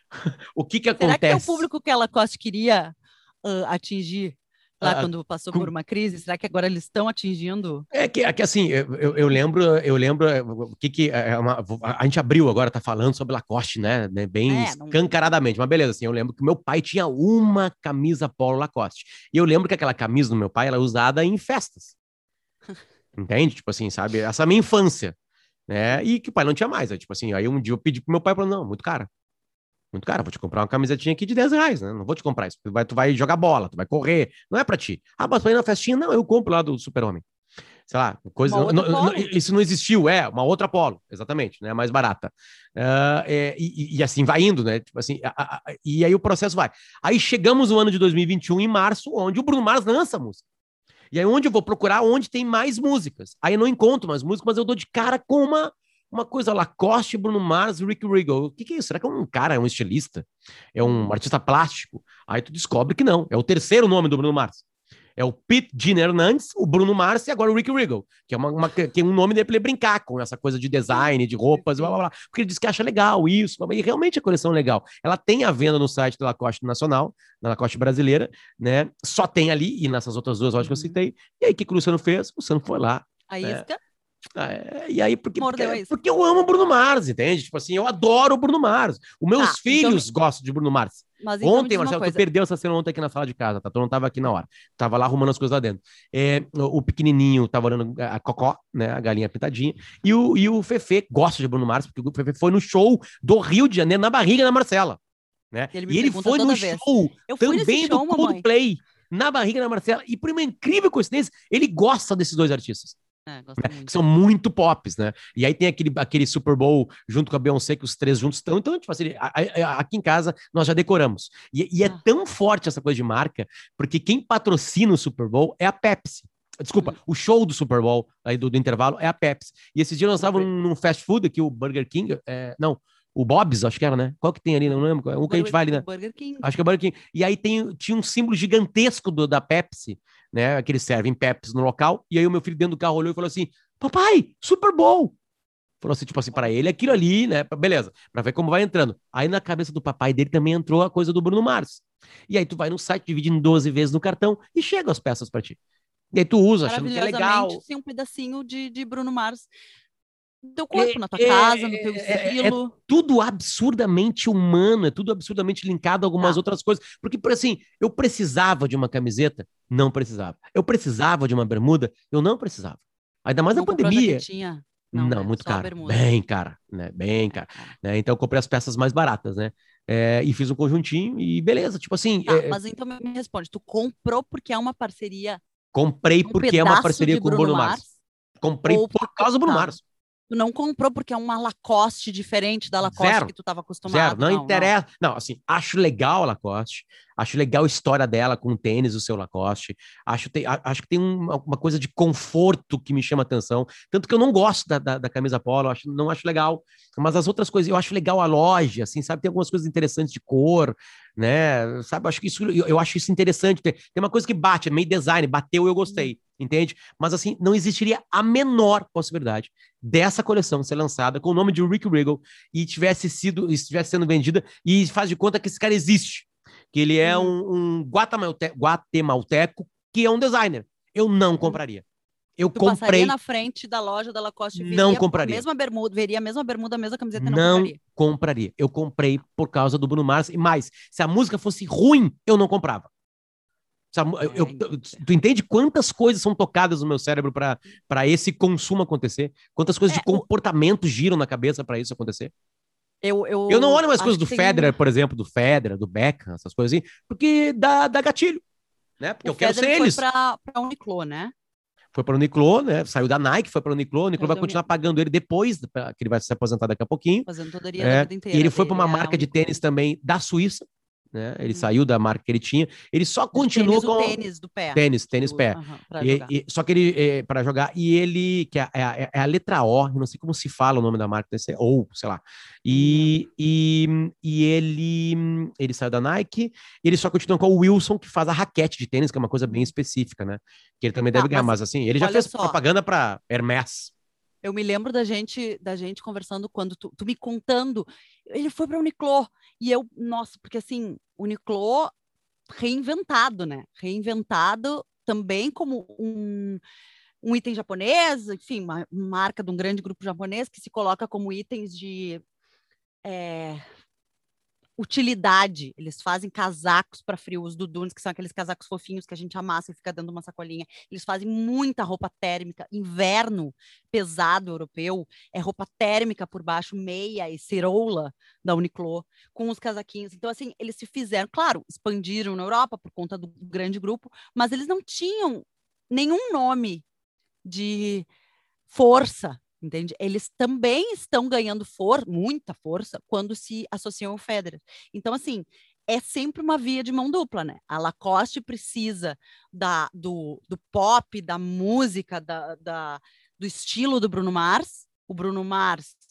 Speaker 1: O que que
Speaker 2: Será que é o
Speaker 1: acontece?
Speaker 2: público que a Lacoste queria uh, atingir lá
Speaker 1: Ah,
Speaker 2: quando passou por
Speaker 1: com-
Speaker 2: uma crise? Será que agora eles estão atingindo?
Speaker 1: é que, é que assim, eu, eu, eu lembro, eu lembro é, o que que é uma, a gente abriu agora, tá falando sobre Lacoste, né, né, bem
Speaker 2: É, não.
Speaker 1: escancaradamente, mas beleza, assim, eu lembro que meu pai tinha uma camisa polo Lacoste, e eu lembro que aquela camisa do meu pai, ela é usada em festas, entende? Tipo assim, sabe, essa é a minha infância, né, e que o pai não tinha mais, aí, tipo assim, aí um dia eu pedi pro meu pai, falou, não, muito cara, muito cara, vou te comprar uma camisetinha aqui de dez reais, né, não vou te comprar isso, tu vai, tu vai jogar bola, tu vai correr, não é pra ti, ah, mas pra ir na festinha, não, eu compro lá do Super-Homem, sei lá, coisa.
Speaker 2: Uma outra
Speaker 1: Não, não,
Speaker 2: polo?
Speaker 1: isso não existiu, é, uma outra Polo, exatamente, né? Mais barata. Uh, é, e, e, assim vai indo, né? Tipo assim, a, a, e aí o processo vai. Aí chegamos no ano de dois mil e vinte e um, em março, onde o Bruno Mars lança a música. E aí onde eu vou procurar onde tem mais músicas. Aí eu não encontro mais músicas, mas eu dou de cara com uma uma coisa Lacoste, Bruno Mars, Rick Regal. O que, que é isso? Será que é um cara, é um estilista? É um artista plástico? Aí tu descobre que não. É o terceiro nome do Bruno Mars. É o Pete Gene Hernandes, o Bruno Mars e agora o Rick Regal, que é, uma, uma, que é um nome dele para ele brincar com essa coisa de design, de roupas, blá, blá, blá, porque ele diz que acha legal isso, e realmente a coleção é legal. Ela tem a venda no site da Lacoste Nacional, na Lacoste brasileira, né? Só tem ali, e nessas outras duas lojas uhum. que eu citei. E aí, o que, que o Luciano fez? O Luciano foi lá.
Speaker 2: A
Speaker 1: né?
Speaker 2: isca.
Speaker 1: É, e aí, porque,
Speaker 2: Mordeu
Speaker 1: porque,
Speaker 2: a isca.
Speaker 1: porque eu amo o Bruno Mars, entende? Tipo assim, eu adoro o Bruno Mars. Os meus
Speaker 2: tá,
Speaker 1: filhos
Speaker 2: então...
Speaker 1: gostam de Bruno Mars.
Speaker 2: Mas então
Speaker 1: ontem, Marcelo, tu perdeu essa cena ontem aqui na sala de casa, tá? Tu não tava aqui na hora. Tava lá arrumando as coisas lá dentro. É, o, o pequenininho tava olhando a Cocó, né? A galinha pintadinha. E o, e o Fefe gosta de Bruno Mars, porque o Fefe foi no show do Rio de Janeiro, na barriga da Marcela. Né? Ele e ele foi no
Speaker 2: vez.
Speaker 1: show
Speaker 2: eu fui
Speaker 1: também
Speaker 2: show,
Speaker 1: do Coldplay, na barriga da Marcela. E por uma incrível coincidência, ele gosta desses dois artistas. É, né? Que são muito pops, né? E aí tem aquele, aquele Super Bowl junto com a Beyoncé, que os três juntos estão. Então, tipo assim, a, a, aqui em casa nós já decoramos. E, e é ah. tão forte essa coisa de marca, porque quem patrocina o Super Bowl é a Pepsi. Desculpa, hum. o show do Super Bowl aí do, do intervalo é a Pepsi. E esses dias nós estávamos num, num fast food aqui, o Burger King. É, não, o Bob's, acho que era, né? Qual que tem ali? Não lembro. Um que a gente vai ali, né?
Speaker 2: Burger King.
Speaker 1: Acho que é o Burger King. E aí tem, tinha um símbolo gigantesco do, da Pepsi, né? Que eles servem Pepsi no local. E aí o meu filho dentro do carro olhou e falou assim: papai, Super Bowl! Falou assim, tipo assim, para ele aquilo ali, né? Beleza, para ver como vai entrando. Aí na cabeça do papai dele também entrou a coisa do Bruno Mars. E aí tu vai no site, divide em doze vezes no cartão e chega as peças para ti. E aí tu usa, achando que é legal.
Speaker 2: Sim, um pedacinho de, de Bruno Mars. No teu corpo, é, na tua é, casa, no teu estilo.
Speaker 1: É, é tudo absurdamente humano, é tudo absurdamente linkado a algumas ah. outras coisas. Porque, por assim, eu precisava de uma camiseta? Não precisava. Eu precisava de uma bermuda? Eu não precisava. Ainda mais
Speaker 2: não
Speaker 1: na pandemia.
Speaker 2: Não,
Speaker 1: não
Speaker 2: né?
Speaker 1: muito caro. Bem cara, né? Bem cara. É, é. Né? Então eu comprei as peças mais baratas, né? É, e fiz um conjuntinho e beleza. Tipo assim.
Speaker 2: Tá,
Speaker 1: é...
Speaker 2: Mas então me responde: tu comprou porque é uma parceria?
Speaker 1: Comprei um porque é uma parceria com o Bruno Mars? Mars? Comprei
Speaker 2: Ou
Speaker 1: por causa do Bruno
Speaker 2: tá.
Speaker 1: Mars.
Speaker 2: Tu não comprou porque é uma Lacoste diferente da Lacoste
Speaker 1: Zero.
Speaker 2: que tu estava acostumado?
Speaker 1: Zero. Não, não interessa. Não. não, assim, acho legal a Lacoste. Acho legal a história dela com o tênis, o seu Lacoste. Acho, te, acho que tem uma, uma coisa de conforto que me chama atenção. Tanto que eu não gosto da, da, da camisa polo, acho, não acho legal. Mas as outras coisas, eu acho legal a loja, assim, sabe? Tem algumas coisas interessantes de cor, né? Sabe? Eu acho que isso, eu, eu acho isso interessante. Tem, tem uma coisa que bate, é meio design, bateu e eu gostei. Entende? Mas assim, não existiria a menor possibilidade dessa coleção ser lançada com o nome de Rick Regal e tivesse sido, estivesse sendo vendida e faz de conta que esse cara existe, que ele é uhum. um, um guatemalteco, guatemalteco que é um designer. Eu não compraria. Eu
Speaker 2: tu
Speaker 1: comprei.
Speaker 2: Passaria na frente da loja da Lacoste e
Speaker 1: não compraria.
Speaker 2: A mesma bermuda, veria a mesma bermuda, a mesma camiseta e não,
Speaker 1: não
Speaker 2: compraria.
Speaker 1: compraria. Eu comprei por causa do Bruno Mars e mais, se a música fosse ruim, eu não comprava. Eu, eu, eu, tu entende quantas coisas são tocadas no meu cérebro para esse consumo acontecer? Quantas coisas é, de comportamento o... giram na cabeça para isso acontecer?
Speaker 2: Eu, eu,
Speaker 1: eu não olho mais coisas do Federer,
Speaker 2: um...
Speaker 1: por exemplo, do Federer, do Beckham, essas coisas assim, porque dá, dá gatilho, né? Porque
Speaker 2: o
Speaker 1: eu quero
Speaker 2: Federer
Speaker 1: ser eles.
Speaker 2: Foi para a Uniqlo, né?
Speaker 1: Foi para o Uniqlo, né? Saiu da Nike, foi para o Uniqlo. O Uniqlo vai continuar pagando ele depois, que ele vai se aposentar daqui a pouquinho.
Speaker 2: Aposentadoria
Speaker 1: é,
Speaker 2: da vida inteira.
Speaker 1: E ele foi para uma
Speaker 2: é
Speaker 1: marca de tênis também da Suíça. Né? Ele hum. saiu da marca que ele tinha, ele só continuou com
Speaker 2: o tênis do pé,
Speaker 1: tênis, tênis pé,
Speaker 2: uhum, pra
Speaker 1: e,
Speaker 2: jogar.
Speaker 1: E, só que ele é, para jogar e ele que é, é, é a letra O, não sei como se fala o nome da marca, desse, ou sei lá, e, hum. e, e ele ele saiu da Nike, e ele só continua com o Wilson que faz a raquete de tênis, que é uma coisa bem específica, né? Que ele também deve ah, ganhar, mas, mas assim ele já fez só. propaganda para Hermès.
Speaker 2: Eu me lembro da gente, da gente conversando quando tu, tu me contando, ele foi para a Uniqlo e eu, nossa, porque assim, Uniqlo reinventado, né? Reinventado também como um, um item japonês, enfim, uma marca de um grande grupo japonês que se coloca como itens de é, utilidade. Eles fazem casacos para frio, os Dudunes, que são aqueles casacos fofinhos que a gente amassa e fica dando uma sacolinha. Eles fazem muita roupa térmica. Inverno pesado europeu é roupa térmica por baixo, meia e cirola da Uniqlo, com os casaquinhos. Então, assim, eles se fizeram, claro, expandiram na Europa por conta do grande grupo, mas eles não tinham nenhum nome de força. Entende? Eles também estão ganhando for muita força quando se associam ao Federer. Então, assim, é sempre uma via de mão dupla, né? A Lacoste precisa da, do, do pop, da música, da, da, do estilo do Bruno Mars. O Bruno Mars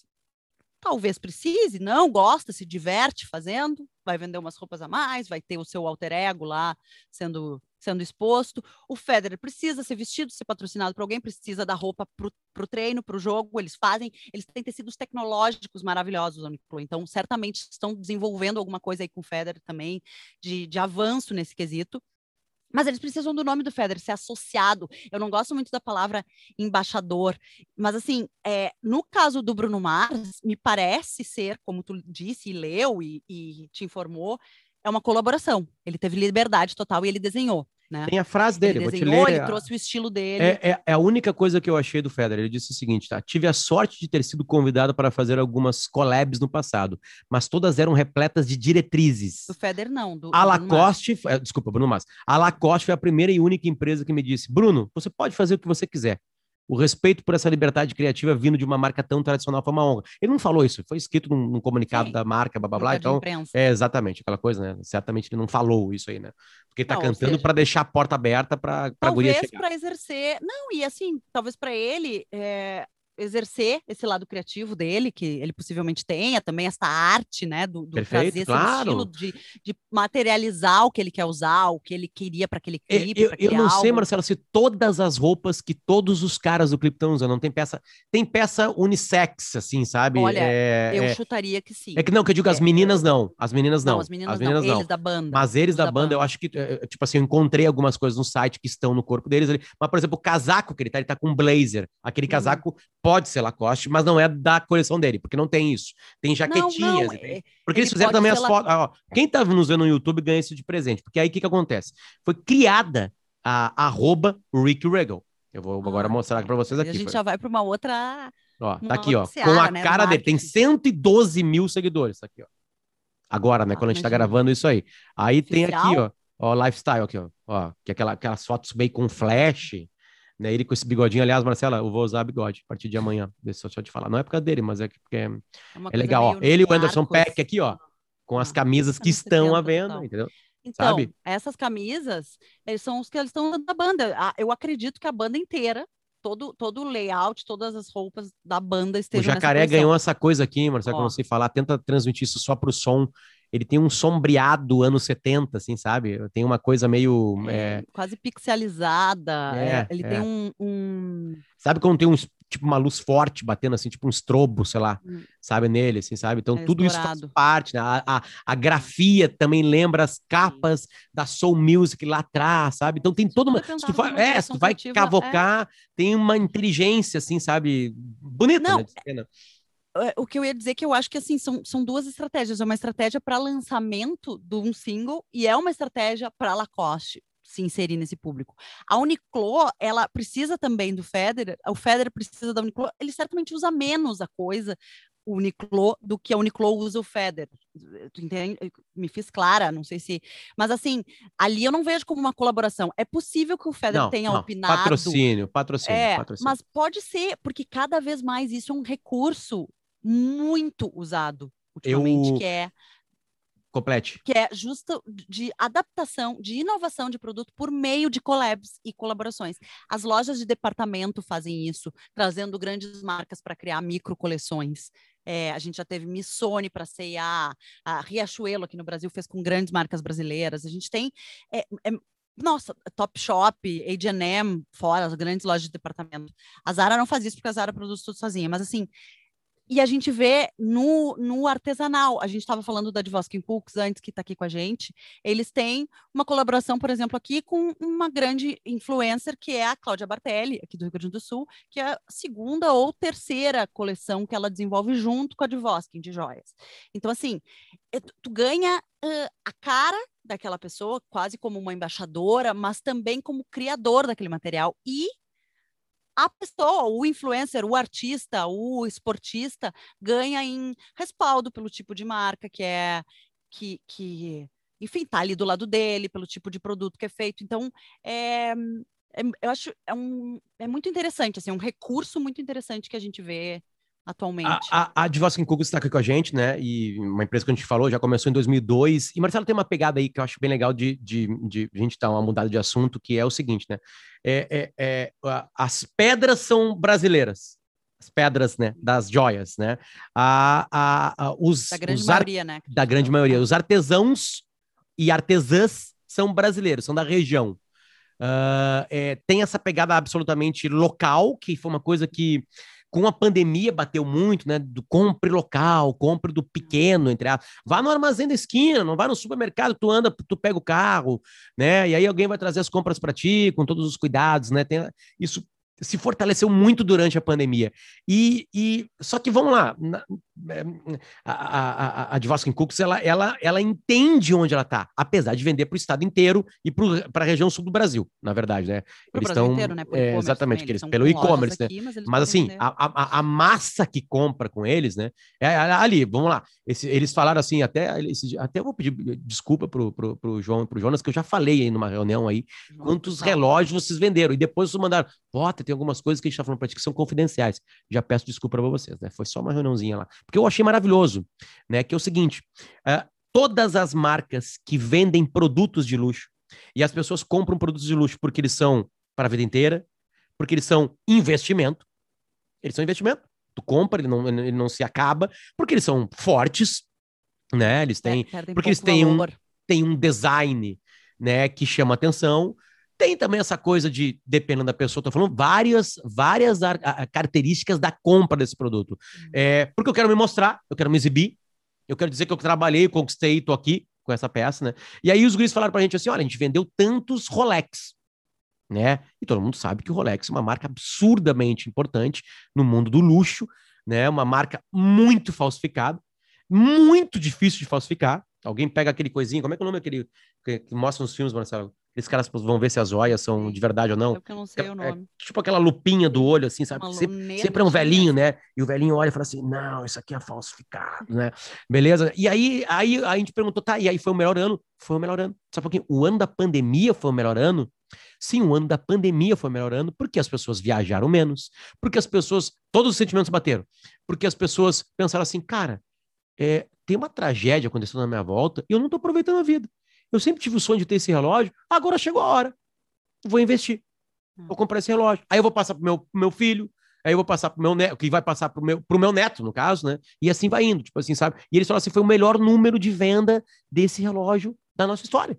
Speaker 2: talvez precise, não gosta, se diverte fazendo, vai vender umas roupas a mais, vai ter o seu alter ego lá sendo, sendo exposto. O Federer precisa ser vestido, ser patrocinado por alguém, precisa da roupa para o treino, para o jogo, eles fazem, eles têm tecidos tecnológicos maravilhosos, Uniqlo, então certamente estão desenvolvendo alguma coisa aí com o Federer também, de, de avanço nesse quesito. Mas eles precisam do nome do Federer ser associado. Eu não gosto muito da palavra embaixador, mas assim, é, no caso do Bruno Mars, me parece ser, como tu disse, e leu e, e te informou, é uma colaboração. Ele teve liberdade total e ele desenhou, né?
Speaker 1: Tem a frase dele,
Speaker 2: ele
Speaker 1: vou te
Speaker 2: desenhou,
Speaker 1: ler.
Speaker 2: ele trouxe o estilo dele.
Speaker 1: É, é, é a única coisa que eu achei do Federer. Ele disse o seguinte, tá? Tive a sorte de ter sido convidado para fazer algumas collabs no passado, mas todas eram repletas de diretrizes.
Speaker 2: Do Federer, não. Do,
Speaker 1: a
Speaker 2: do
Speaker 1: Lacoste, é, desculpa, Bruno Mars. A Lacoste foi a primeira e única empresa que me disse, Bruno, você pode fazer o que você quiser. O respeito por essa liberdade criativa vindo de uma marca tão tradicional foi uma honra. Ele não falou isso, foi escrito num, num comunicado Sim. da marca, blá, blá, blá. Então, é exatamente aquela coisa, né? Certamente ele não falou isso aí, né? Porque ele tá não, cantando para deixar a porta aberta para a guria chegar.
Speaker 2: Talvez para exercer... Não, e assim, talvez para ele... É... exercer esse lado criativo dele, que ele possivelmente tenha, também essa arte, né, do, do
Speaker 1: Perfeito,
Speaker 2: trazer
Speaker 1: claro.
Speaker 2: esse estilo de, de materializar o que ele quer usar, o que ele queria para aquele clipe,
Speaker 1: Eu, eu não
Speaker 2: álbum.
Speaker 1: sei, Marcelo, se todas as roupas que todos os caras do clipe estão usando, não tem peça, tem peça unissex, assim, sabe?
Speaker 2: Olha,
Speaker 1: é,
Speaker 2: eu
Speaker 1: é,
Speaker 2: chutaria que sim.
Speaker 1: É que não, que eu digo, as meninas não, as meninas não.
Speaker 2: Não, as meninas,
Speaker 1: as meninas
Speaker 2: não,
Speaker 1: não,
Speaker 2: eles da banda.
Speaker 1: Mas eles da,
Speaker 2: da
Speaker 1: banda,
Speaker 2: banda,
Speaker 1: eu acho que, tipo assim, eu encontrei algumas coisas no site que estão no corpo deles ali, mas, por exemplo, o casaco que ele tá, ele tá com um blazer, aquele
Speaker 2: Uhum.
Speaker 1: casaco pode ser Lacoste, mas não é da coleção dele, porque não tem isso. Tem jaquetinhas.
Speaker 2: Não, não,
Speaker 1: tem... Porque
Speaker 2: ele
Speaker 1: eles fizeram também as
Speaker 2: la...
Speaker 1: fotos. Ó, quem tá nos vendo no YouTube ganha isso de presente, porque aí o que que acontece? Foi criada a arroba Ricky Regal. Eu vou agora ah, mostrar é. para vocês aqui.
Speaker 2: E a gente
Speaker 1: foi.
Speaker 2: já vai para uma outra...
Speaker 1: Ó,
Speaker 2: uma
Speaker 1: tá aqui, ó,
Speaker 2: seara,
Speaker 1: com a
Speaker 2: né,
Speaker 1: cara dele. Tem cento e doze mil seguidores, tá aqui, ó. Agora, né, ah, quando a gente tá gravando isso aí. Aí Oficial? Tem aqui, ó, ó, lifestyle aqui, ó, ó que é aquela, aquelas fotos meio com flash, né, ele com esse bigodinho. Aliás, Marcela, eu vou usar bigode a partir de amanhã, deixa eu te falar. Não é por causa dele, mas é porque é, é legal, ó. Ele e o Anderson Peck aqui, ó, com ah, as camisas que estão à venda, total. Entendeu?
Speaker 2: Então,
Speaker 1: Sabe?
Speaker 2: essas camisas, eles são os que eles estão da banda. Eu acredito que a banda inteira, todo, todo o layout, todas as roupas da banda estejam.
Speaker 1: O Jacaré ganhou essa coisa aqui, Marcelo, que eu não sei falar, tenta transmitir isso só pro som. Ele tem um sombreado anos setenta, assim, sabe? Tem uma coisa meio...
Speaker 2: É, é... Quase pixelizada.
Speaker 1: É,
Speaker 2: é, ele
Speaker 1: é.
Speaker 2: tem um, um...
Speaker 1: Sabe quando tem um, tipo uma luz forte batendo, assim, tipo um estrobo, sei lá, hum. sabe, nele, assim, sabe? Então, é tudo explorado. Isso faz parte, né? A, a, a grafia também lembra as capas Sim. da Soul Music lá atrás, sabe? Então, tem toda uma... Se tu, vai, é, se tu vai cavocar, é... tem uma inteligência, assim, sabe? Bonita,
Speaker 2: Não,
Speaker 1: né?
Speaker 2: O que eu ia dizer é que eu acho que assim são, são duas estratégias. É uma estratégia para lançamento de um single e é uma estratégia para Lacoste se inserir nesse público. A Uniqlo, ela precisa também do Federer, o Federer precisa da Uniqlo, ele certamente usa menos a coisa, o Uniqlo, do que a Uniqlo usa o Federer. Tu entende? Me fiz clara, não sei se... Mas assim, ali eu não vejo como uma colaboração. É possível que o Federer
Speaker 1: não,
Speaker 2: tenha
Speaker 1: não.
Speaker 2: opinado...
Speaker 1: Patrocínio, patrocínio,
Speaker 2: é,
Speaker 1: patrocínio.
Speaker 2: Mas pode ser, porque cada vez mais isso é um recurso muito usado ultimamente,
Speaker 1: eu...
Speaker 2: que é...
Speaker 1: Complete.
Speaker 2: Que é justo de adaptação, de inovação de produto por meio de collabs e colaborações. As lojas de departamento fazem isso, trazendo grandes marcas para criar micro coleções. É, a gente já teve Missoni para C e A, a Riachuelo aqui no Brasil fez com grandes marcas brasileiras. A gente tem... É, é, nossa, Topshop, H and M, fora, as grandes lojas de departamento. A Zara não faz isso porque a Zara produz tudo sozinha, mas assim... E a gente vê no, no artesanal. A gente estava falando da Dvoskin Cooks antes, que está aqui com a gente. Eles têm uma colaboração, por exemplo, aqui com uma grande influencer, que é a Cláudia Bartelli, aqui do Rio Grande do Sul, que é a segunda ou terceira coleção que ela desenvolve junto com a Dvoskin de joias. Então, assim, tu ganha uh, a cara daquela pessoa, quase como uma embaixadora, mas também como criador daquele material. E a pessoa, o influencer, o artista, o esportista ganha em respaldo pelo tipo de marca que é, que, que enfim, tá ali do lado dele, pelo tipo de produto que é feito. Então, é, é, eu acho é, um, é muito interessante, assim, um recurso muito interessante que a gente vê atualmente.
Speaker 1: A, a, a Dvoskin Cooks está aqui com a gente, né? E uma empresa que a gente falou, já começou em dois mil e dois. E, Marcelo, tem uma pegada aí que eu acho bem legal de, de, de, de a gente dar uma mudada de assunto, que é o seguinte, né? É, é, é, as pedras são brasileiras, as pedras, né, das joias, né? A, a, a, os,
Speaker 2: Da grande
Speaker 1: os ar...
Speaker 2: maioria, né?
Speaker 1: Da grande maioria. Os artesãos e artesãs são brasileiros, são da região. Uh, é, tem essa pegada absolutamente local, que foi uma coisa que com a pandemia bateu muito, né? Do compre local, compre do pequeno, entre a... Vá no armazém da esquina, não vá no supermercado, tu anda, tu pega o carro, né? E aí alguém vai trazer as compras para ti, com todos os cuidados, né? Tem... Isso se fortaleceu muito durante a pandemia. E, e só que vamos lá, na, a, a, a, a Dvoskin Cooks, ela, ela, ela entende onde ela está, apesar de vender para o estado inteiro e para a região sul do Brasil, na verdade, né?
Speaker 2: Pro
Speaker 1: Eles
Speaker 2: Brasil
Speaker 1: estão
Speaker 2: inteiro, né? Por
Speaker 1: é,
Speaker 2: e-commerce
Speaker 1: exatamente
Speaker 2: também.
Speaker 1: que
Speaker 2: Eles
Speaker 1: eles,
Speaker 2: estão
Speaker 1: pelo
Speaker 2: com lojas
Speaker 1: e-commerce, né?
Speaker 2: aqui, mas eles
Speaker 1: Mas
Speaker 2: podem
Speaker 1: assim,
Speaker 2: vender.
Speaker 1: a, a, a massa que compra com eles, né? É ali, vamos lá. Esse, eles falaram assim, até, esse, até vou pedir desculpa pro, pro, pro João e pro Jonas, que eu já falei aí numa reunião aí,
Speaker 2: João
Speaker 1: quantos
Speaker 2: Cristal.
Speaker 1: relógios vocês venderam. E depois vocês mandaram, bota, tem algumas coisas que a gente tá falando pra ti que são confidenciais. Já peço desculpa pra vocês, né? Foi só uma reuniãozinha lá. Porque eu achei maravilhoso, né? Que é o seguinte, uh, todas as marcas que vendem produtos de luxo, e as pessoas compram produtos de luxo porque eles são para a vida inteira, porque eles são investimento, eles são investimento. Tu compra, ele não, ele não se acaba, porque eles são fortes, né? Eles têm,
Speaker 2: Perdem
Speaker 1: porque eles
Speaker 2: pouco
Speaker 1: têm um,
Speaker 2: valor.
Speaker 1: têm um design, né, que chama atenção. Tem também essa coisa de, dependendo da pessoa, tô falando várias, várias ar, a, características da compra desse produto. Hum. É, porque eu quero me mostrar, eu quero me exibir, eu quero dizer que eu trabalhei, conquistei, tô aqui com essa peça, né? E aí os guris falaram pra gente assim, olha, a gente vendeu tantos Rolex, né? E todo mundo sabe que o Rolex é uma marca absurdamente importante no mundo do luxo, né? Uma marca muito falsificada, muito difícil de falsificar. Alguém pega aquele coisinho, como é que é o nome daquele que, que mostra nos filmes, Marcelo? Esses caras vão ver se as joias são de verdade ou não.
Speaker 2: Eu que não sei o nome.
Speaker 1: É tipo aquela lupinha do olho, assim, sabe?
Speaker 2: Uma
Speaker 1: Sempre,
Speaker 2: luneta,
Speaker 1: sempre é um velhinho,
Speaker 2: assim.
Speaker 1: né? E o velhinho olha e fala assim, não, isso aqui é falsificado, né? Beleza? E aí, aí a gente perguntou, tá, e aí foi o melhor ano? Foi o melhor ano. Sabe um pouquinho? O ano da pandemia foi o melhor ano? Sim, o ano da pandemia foi o melhor ano porque as pessoas viajaram menos, porque as pessoas, todos os sentimentos bateram, porque as pessoas pensaram assim, cara, é, tem uma tragédia acontecendo na minha volta e eu não tô aproveitando a vida. Eu sempre tive o sonho de ter esse relógio, agora chegou a hora. Vou investir. Vou comprar esse relógio. Aí eu vou passar pro meu, pro meu filho, aí eu vou passar pro meu neto, que vai passar pro meu, pro meu neto, no caso, né? E assim vai indo, tipo assim, sabe? E eles falaram assim, foi o melhor número de venda desse relógio da nossa história.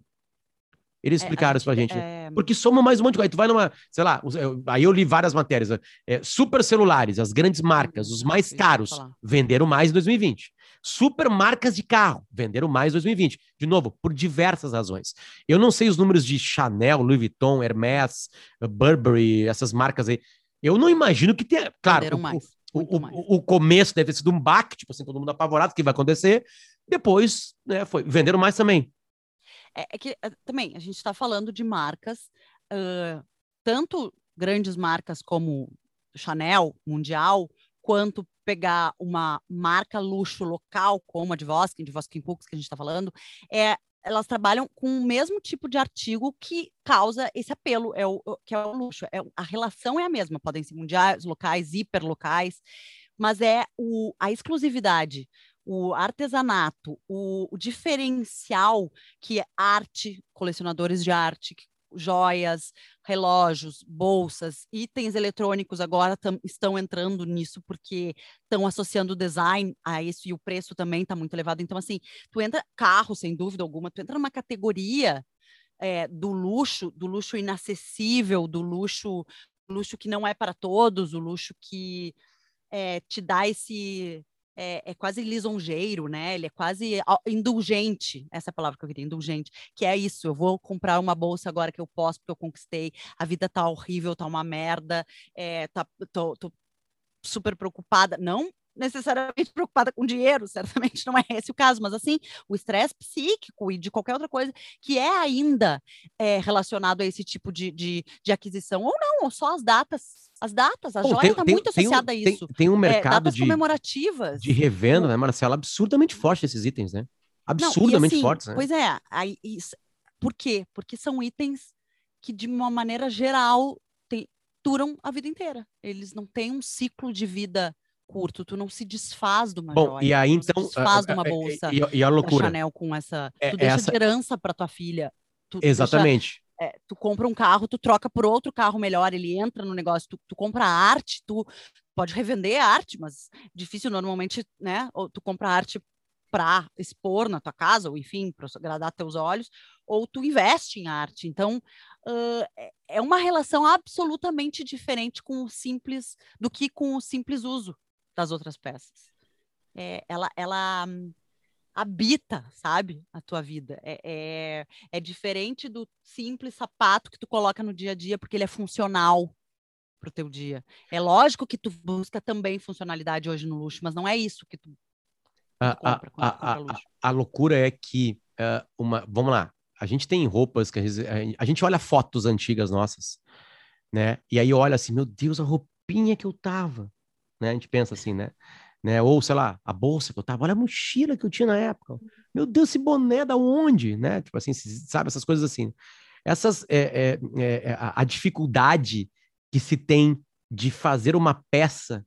Speaker 1: Eles explicaram é, isso pra gente. É... Porque somos mais um monte de coisa. Aí tu vai numa, sei lá, aí eu li várias matérias. É, super celulares, as grandes marcas, os mais caros, venderam mais em dois mil e vinte. Super marcas de carro, venderam mais em dois mil e vinte. De novo, por diversas razões. Eu não sei os números de Chanel, Louis Vuitton, Hermès, Burberry, essas marcas aí. Eu não imagino que tenha. Claro,
Speaker 2: venderam
Speaker 1: o,
Speaker 2: mais,
Speaker 1: o,
Speaker 2: mais.
Speaker 1: O, o começo deve ter sido um baque, tipo assim, todo mundo apavorado, o que vai acontecer. Depois, né, foi, venderam mais também.
Speaker 2: É, é que também a gente está falando de marcas, uh, tanto grandes marcas como Chanel, Mundial, quanto pegar uma marca luxo local, como a Dvoskin, Dvoskin Cooks, que a gente está falando, é, elas trabalham com o mesmo tipo de artigo que causa esse apelo, é o, que é o luxo. É, a relação é a mesma, podem ser mundiais, locais, hiperlocais, mas é o, a exclusividade, o artesanato, o, o diferencial que é arte, colecionadores de arte, joias, relógios, bolsas, itens eletrônicos agora tam, estão entrando nisso porque estão associando o design a isso e o preço também está muito elevado. Então, assim, tu entra, carro, sem dúvida alguma, tu entra numa categoria é, do luxo, do luxo inacessível, do luxo, luxo que não é para todos, o luxo que é, te dá esse... É, é quase lisonjeiro, né? Ele é quase indulgente, essa é a palavra que eu queria, indulgente, que é isso, eu vou comprar uma bolsa agora que eu posso, porque eu conquistei, a vida tá horrível, tá uma merda, é, tá, tô, tô super preocupada, não necessariamente preocupada com dinheiro, certamente não é esse o caso, mas assim, o estresse psíquico e de qualquer outra coisa que é ainda é, relacionado a esse tipo de, de, de aquisição, ou não, ou só as datas, as datas, a Bom, joia está muito associada
Speaker 1: tem,
Speaker 2: a isso.
Speaker 1: Tem, tem um mercado é,
Speaker 2: datas
Speaker 1: de,
Speaker 2: comemorativas.
Speaker 1: de revenda, né, Marcela, absurdamente forte esses itens, né? Absurdamente
Speaker 2: não, assim,
Speaker 1: fortes, né?
Speaker 2: Pois é, aí, isso, por quê? Porque são itens que, de uma maneira geral, tem, duram a vida inteira. Eles não têm um ciclo de vida curto, tu não se desfaz de uma
Speaker 1: Bom,
Speaker 2: joia,
Speaker 1: e aí,
Speaker 2: tu não
Speaker 1: então,
Speaker 2: se desfaz de uma bolsa
Speaker 1: e, e a loucura.
Speaker 2: da Chanel com essa,
Speaker 1: é,
Speaker 2: tu deixa
Speaker 1: essa...
Speaker 2: de herança para tua filha, tu,
Speaker 1: Exatamente.
Speaker 2: Tu deixa, é, tu compra um carro, tu troca por outro carro melhor, ele entra no negócio, tu, tu compra arte, tu pode revender a arte, mas difícil normalmente, né? Ou tu compra arte para expor na tua casa, ou enfim, para agradar teus olhos, ou tu investe em arte. Então, uh, é uma relação absolutamente diferente com o simples do que com o simples uso das outras peças. É, ela, ela habita, sabe, a tua vida. É, é, é diferente do simples sapato que tu coloca no dia a dia, porque ele é funcional para o teu dia. É lógico que tu busca também funcionalidade hoje no luxo, mas não é isso que tu, que tu
Speaker 1: A,
Speaker 2: compra
Speaker 1: a,
Speaker 2: quando tu compra
Speaker 1: a, a,
Speaker 2: luxo.
Speaker 1: a loucura é que, uh, uma, vamos lá, a gente tem roupas que a gente, a gente olha fotos antigas nossas, né? E aí olha assim, meu Deus, a roupinha que eu tava, né? A gente pensa assim, né? né? Ou, sei lá, a bolsa que eu tava, olha a mochila que eu tinha na época. Meu Deus, esse boné da onde, né? Tipo assim, sabe, essas coisas assim. Essas, é, é, é, a, a dificuldade que se tem de fazer uma peça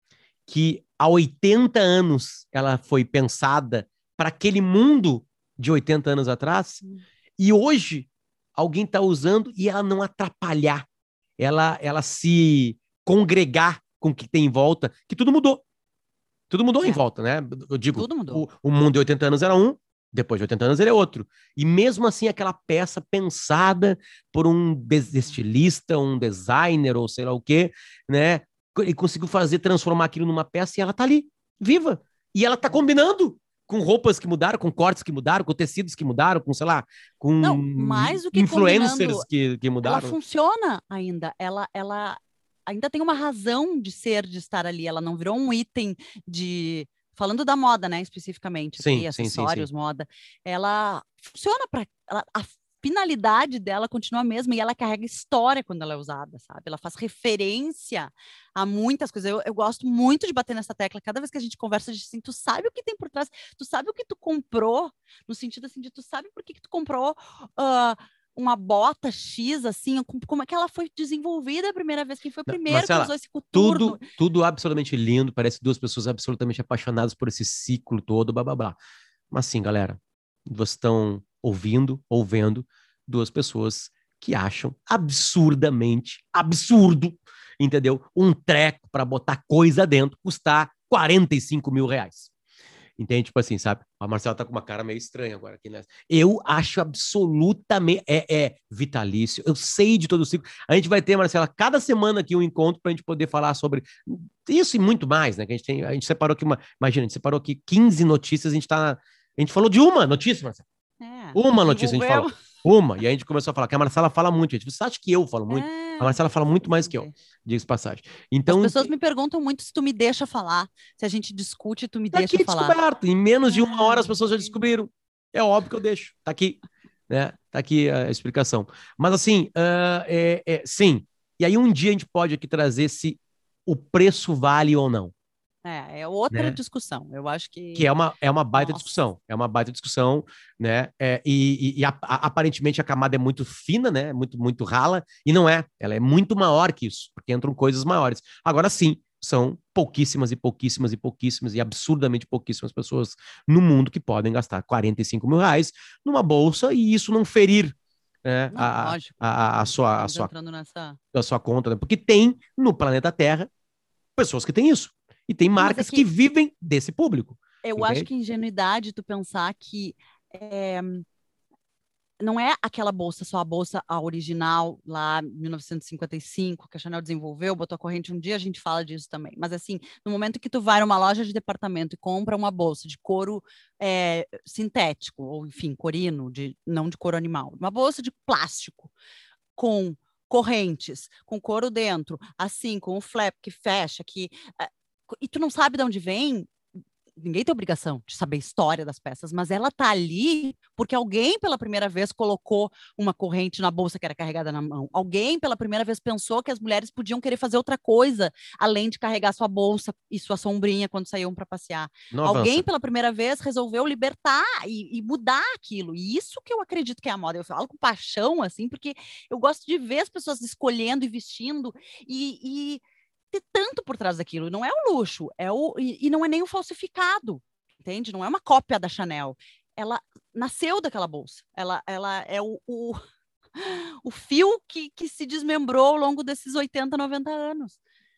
Speaker 1: que há oitenta anos ela foi pensada para aquele mundo de oitenta anos atrás, e hoje alguém está usando e ela não atrapalhar, ela, ela se congregar com o que tem em volta, que tudo mudou. Tudo mudou em
Speaker 2: É,
Speaker 1: volta, né? Eu digo,
Speaker 2: tudo mudou.
Speaker 1: o, o mundo de oitenta anos era um, depois de oitenta anos ele é outro. E mesmo assim, aquela peça pensada por um estilista, um designer, ou sei lá o quê, né? E conseguiu fazer, transformar aquilo numa peça e ela tá ali, viva. E ela tá combinando com roupas que mudaram, com cortes que mudaram, com tecidos que mudaram, com, sei lá, com
Speaker 2: Não, mais do que combinando,
Speaker 1: influencers que, que
Speaker 2: ela
Speaker 1: mudaram.
Speaker 2: funciona ainda. Ela, ela ainda tem uma razão de ser, de estar ali. Ela não virou um item de. Falando da moda, né, especificamente
Speaker 1: Sim,
Speaker 2: aqui,
Speaker 1: sim, sim, sim.
Speaker 2: acessórios, moda. Ela funciona para. A finalidade dela continua a mesma e ela carrega história quando ela é usada, sabe? Ela faz referência a muitas coisas. Eu, eu gosto muito de bater nessa tecla. Cada vez que a gente conversa, a gente assim, tu sabe o que tem por trás, tu sabe o que tu comprou, no sentido assim de tu sabe por que, que tu comprou uh, uma bota X, assim, como é que ela foi desenvolvida a primeira vez, quem foi o
Speaker 1: Não,
Speaker 2: primeiro que
Speaker 1: Marcela,
Speaker 2: usou esse coturno.
Speaker 1: tudo, tudo absolutamente lindo, parece duas pessoas absolutamente apaixonadas por esse ciclo todo, blá, blá, blá. Mas sim, galera, vocês estão ouvindo ou vendo duas pessoas que acham absurdamente absurdo, entendeu? Um treco para botar coisa dentro custar quarenta e cinco mil reais. Entende? Tipo assim, sabe? A Marcela tá com uma cara meio estranha agora aqui, né? Eu acho absolutamente. É, é vitalício. Eu sei de todo o ciclo. A gente vai ter, Marcela, cada semana aqui um encontro pra gente poder falar sobre isso e muito mais, né? Que a gente tem. A gente separou aqui uma. Imagina, a gente separou aqui quinze notícias, a gente tá. A gente falou de uma notícia, Marcela.
Speaker 2: É,
Speaker 1: Uma notícia a gente falou.
Speaker 2: desenvolveu.
Speaker 1: Uma. E aí a gente começou a falar que a Marcela fala muito, gente. Você acha que eu falo muito? A
Speaker 2: É,
Speaker 1: Marcela fala muito mais que eu,
Speaker 2: desenvolver.
Speaker 1: diga-se de passagem.
Speaker 2: As
Speaker 1: Então,
Speaker 2: pessoas me perguntam muito se tu me deixa falar, se a gente discute, tu me
Speaker 1: tá
Speaker 2: deixa
Speaker 1: aqui
Speaker 2: falar.
Speaker 1: descoberto. Em menos de uma hora
Speaker 2: Ah,
Speaker 1: as pessoas já
Speaker 2: sim.
Speaker 1: descobriram. É óbvio que eu deixo. Tá aqui, né? Tá aqui a explicação. Mas assim, uh, é, é, sim. E aí um dia a gente pode aqui trazer se o preço vale ou não,
Speaker 2: É, é outra
Speaker 1: né?
Speaker 2: discussão. Eu acho
Speaker 1: Que é
Speaker 2: que,
Speaker 1: uma, é uma baita
Speaker 2: nossa,
Speaker 1: discussão. É uma baita discussão, né? É, e e a, a, aparentemente a camada é muito fina, né? Muito, muito rala. E não é. Ela é muito maior que isso, porque entram coisas maiores. Agora sim, são pouquíssimas e pouquíssimas e pouquíssimas e absurdamente pouquíssimas pessoas no mundo que podem gastar quarenta e cinco mil reais numa bolsa e isso não ferir, né,
Speaker 2: não,
Speaker 1: a,
Speaker 2: lógico.
Speaker 1: a, a, sua, a,
Speaker 2: Estamos
Speaker 1: sua,
Speaker 2: entrando nessa.
Speaker 1: a sua conta, né? Porque tem no planeta Terra pessoas que têm isso. E tem
Speaker 2: Não, mas é
Speaker 1: marcas que
Speaker 2: que
Speaker 1: vivem desse público.
Speaker 2: eu acho
Speaker 1: Entende?
Speaker 2: que ingenuidade tu pensar que é, não é aquela bolsa, só a bolsa a original lá em mil novecentos e cinquenta e cinco que a Chanel desenvolveu, botou a corrente um dia, a gente fala disso também. Mas assim, no momento que tu vai numa loja de departamento e compra uma bolsa de couro é, sintético, ou enfim, corino, de, não de couro animal, uma bolsa de plástico com correntes, com couro dentro, assim, com o flap que fecha, que é, e tu não sabe de onde vem, ninguém tem obrigação de saber a história das peças, mas ela tá ali porque alguém pela primeira vez colocou uma corrente na bolsa que era carregada na mão. Alguém pela primeira vez pensou que as mulheres podiam querer fazer outra coisa além de carregar sua bolsa e sua sombrinha quando saíam para passear.
Speaker 1: Não
Speaker 2: Alguém
Speaker 1: avança.
Speaker 2: pela primeira vez resolveu libertar e, e mudar aquilo. E isso que eu acredito que é a moda. Eu falo com paixão assim, porque eu gosto de ver as pessoas escolhendo e vestindo e, e ter tanto por trás daquilo. Não é o luxo, é o e, e não é nem o falsificado, entende? Não é uma cópia da Chanel. Ela nasceu daquela bolsa. Ela, ela é o, o o fio que, que se desmembrou ao longo desses oitenta, noventa anos.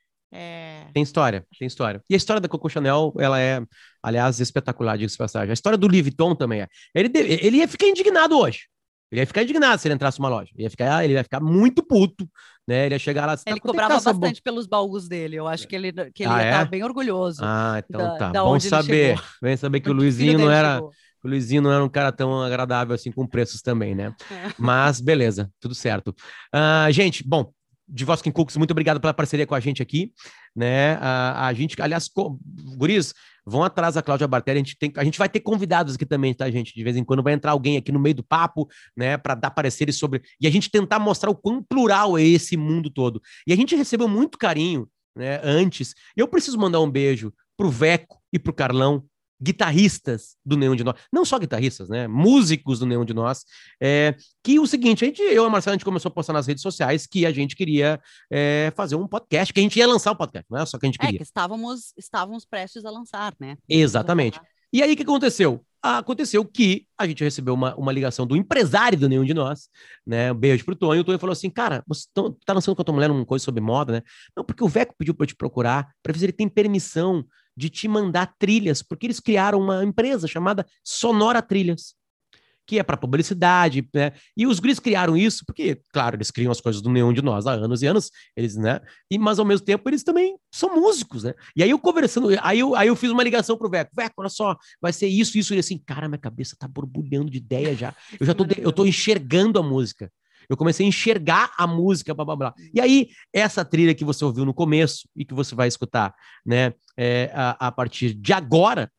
Speaker 2: É...
Speaker 1: Tem história, tem história. E a história da Coco Chanel, ela é, aliás, espetacular, diga-se de passagem. A história do Louis Vuitton também é. Ele, ele ia ficar indignado hoje. Ele ia ficar indignado se ele entrasse numa loja. Ele ia ficar, ele ia ficar muito puto, né? Ele ia chegar lá...
Speaker 2: Ele tá, cobrava bastante pelos baús dele. Eu acho que ele, que ele
Speaker 1: ah,
Speaker 2: ia
Speaker 1: é?
Speaker 2: estar bem orgulhoso.
Speaker 1: Ah, então
Speaker 2: da,
Speaker 1: tá.
Speaker 2: Da
Speaker 1: Bom saber. Vem saber que o Luizinho não era...
Speaker 2: Chegou.
Speaker 1: O Luizinho não era um cara tão agradável assim com preços também, né? É. Mas beleza, tudo certo. Uh, gente, bom, Dvoskin Cooks, muito obrigado pela parceria com a gente aqui, né? Uh, a gente, aliás, co... guris, vão atrás da Cláudia Bartelli, a gente, tem, a gente vai ter convidados aqui também, tá, gente? De vez em quando vai entrar alguém aqui no meio do papo, né, para dar pareceres sobre... E a gente tentar mostrar o quão plural é esse mundo todo. E a gente recebeu muito carinho, né, antes. Eu preciso mandar um beijo pro Veco e pro Carlão, guitarristas do Nenhum de Nós, não só guitarristas, né, músicos do Nenhum de Nós, é, que o seguinte, a gente, eu e a Marcela, a gente começou a postar nas redes sociais que a gente queria é, fazer um podcast, que a gente ia lançar um podcast, não é só que a gente queria.
Speaker 2: É, que estávamos, estávamos prestes a lançar, né?
Speaker 1: Exatamente. E aí, o que aconteceu? Aconteceu que a gente recebeu uma, uma ligação do empresário do Nenhum de Nós, né? Um beijo pro Tonho. O Tonho falou assim, cara, você tá lançando com a tua mulher uma coisa sobre moda, né? Não, porque o Veco pediu pra eu te procurar, pra ver se ele tem permissão de te mandar trilhas, porque eles criaram uma empresa chamada Sonora Trilhas, que é para publicidade, né? E os guris criaram isso porque, claro, eles criam as coisas do Nenhum de Nós há anos e anos, eles, né? E, mas ao mesmo tempo eles também são músicos, né? E aí eu conversando, aí eu, aí eu fiz uma ligação pro Veco, Veco, olha só, vai ser isso, isso, e assim, cara, minha cabeça tá borbulhando de ideia já, eu já tô, eu tô enxergando a música. Eu comecei a enxergar a música, blá, blá, blá. E aí, essa trilha que você ouviu no começo e que você vai escutar, né, é, a, a partir de agora,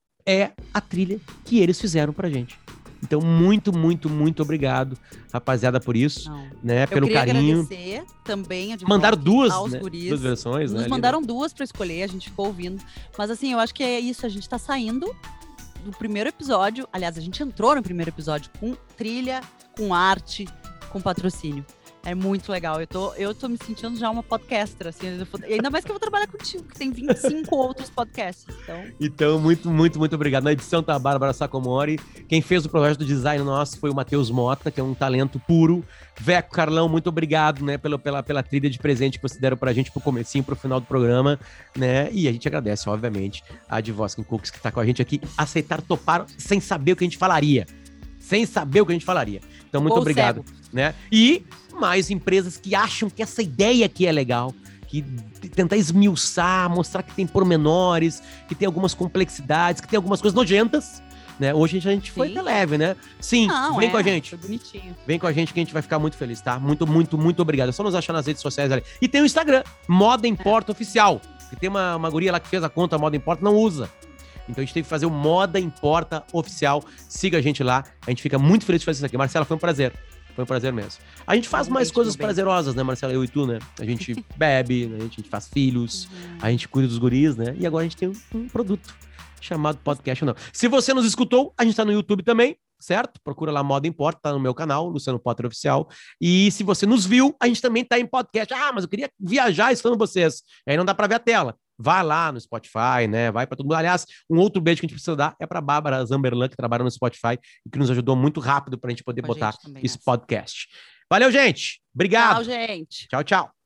Speaker 1: é a trilha que eles fizeram pra gente. Então, muito, muito, muito obrigado, rapaziada, por isso, Não. né, pelo
Speaker 2: Eu
Speaker 1: carinho.
Speaker 2: Agradecer também a
Speaker 1: mandaram duas,
Speaker 2: aos
Speaker 1: né,
Speaker 2: guris.
Speaker 1: duas versões,
Speaker 2: Nos
Speaker 1: né,
Speaker 2: mandaram ali, duas para escolher, a gente ficou ouvindo. Mas assim, eu acho que é isso, a gente tá saindo do primeiro episódio, aliás, a gente entrou no primeiro episódio com trilha, com arte, com patrocínio. É muito legal. Eu tô, eu tô me sentindo já uma podcaster, assim. Ainda mais que eu vou trabalhar contigo, que tem vinte e cinco outros podcasts. Então...
Speaker 1: então, muito, muito, muito obrigado. Na edição tá a Bárbara Sacomori. Quem fez o projeto do design nosso foi o Matheus Mota, que é um talento puro. Veco, Carlão, muito obrigado, né, pela, pela, pela trilha de presente que vocês deram pra gente pro comecinho, pro final do programa, né? E a gente agradece, obviamente, a Dvoskin Cooks, que tá com a gente aqui, aceitar, topar, sem saber o que a gente falaria. Sem saber o que a gente falaria. Então, muito Ou obrigado. Cego. Né? E mais empresas que acham que essa ideia aqui é legal, que tentar esmiuçar, mostrar que tem pormenores, que tem algumas complexidades, que tem algumas coisas nojentas, né? Hoje a gente foi até leve, né? Sim, Não, vem é, com a gente.
Speaker 2: Foi bonitinho.
Speaker 1: Vem com a gente que a gente vai ficar muito feliz, tá? Muito, muito, muito obrigado. É só nos achar nas redes sociais ali. E tem o Instagram, Moda Importa é. Oficial, que tem uma, uma guria lá que fez a conta Moda Importa, não usa. Então a gente teve que fazer o Moda Importa Oficial. Siga a gente lá. A gente fica muito feliz de fazer isso aqui. Marcela, foi um prazer. Foi um prazer mesmo. A gente faz um mais coisas prazerosas, né, Marcela? Eu e tu, né? A gente bebe, né? a, gente, a gente faz filhos, uhum. a gente cuida dos guris, né? E agora a gente tem um, um produto chamado Podcast ou Não. Se você nos escutou, a gente tá no YouTube também, certo? Procura lá Moda Importa, tá no meu canal, Luciano Potter Oficial. E se você nos viu, a gente também tá em podcast. Ah, mas eu queria viajar estando vocês. Aí não dá pra ver a tela. Vai lá no Spotify, né? Vai para todo mundo. Aliás, um outro beijo que a gente precisa dar é para a Bárbara Zamberlan, que trabalha no Spotify e que nos ajudou muito rápido para a gente poder Com botar gente esse nessa. podcast. Valeu, gente! Obrigado!
Speaker 2: Tchau, gente!
Speaker 1: Tchau, tchau!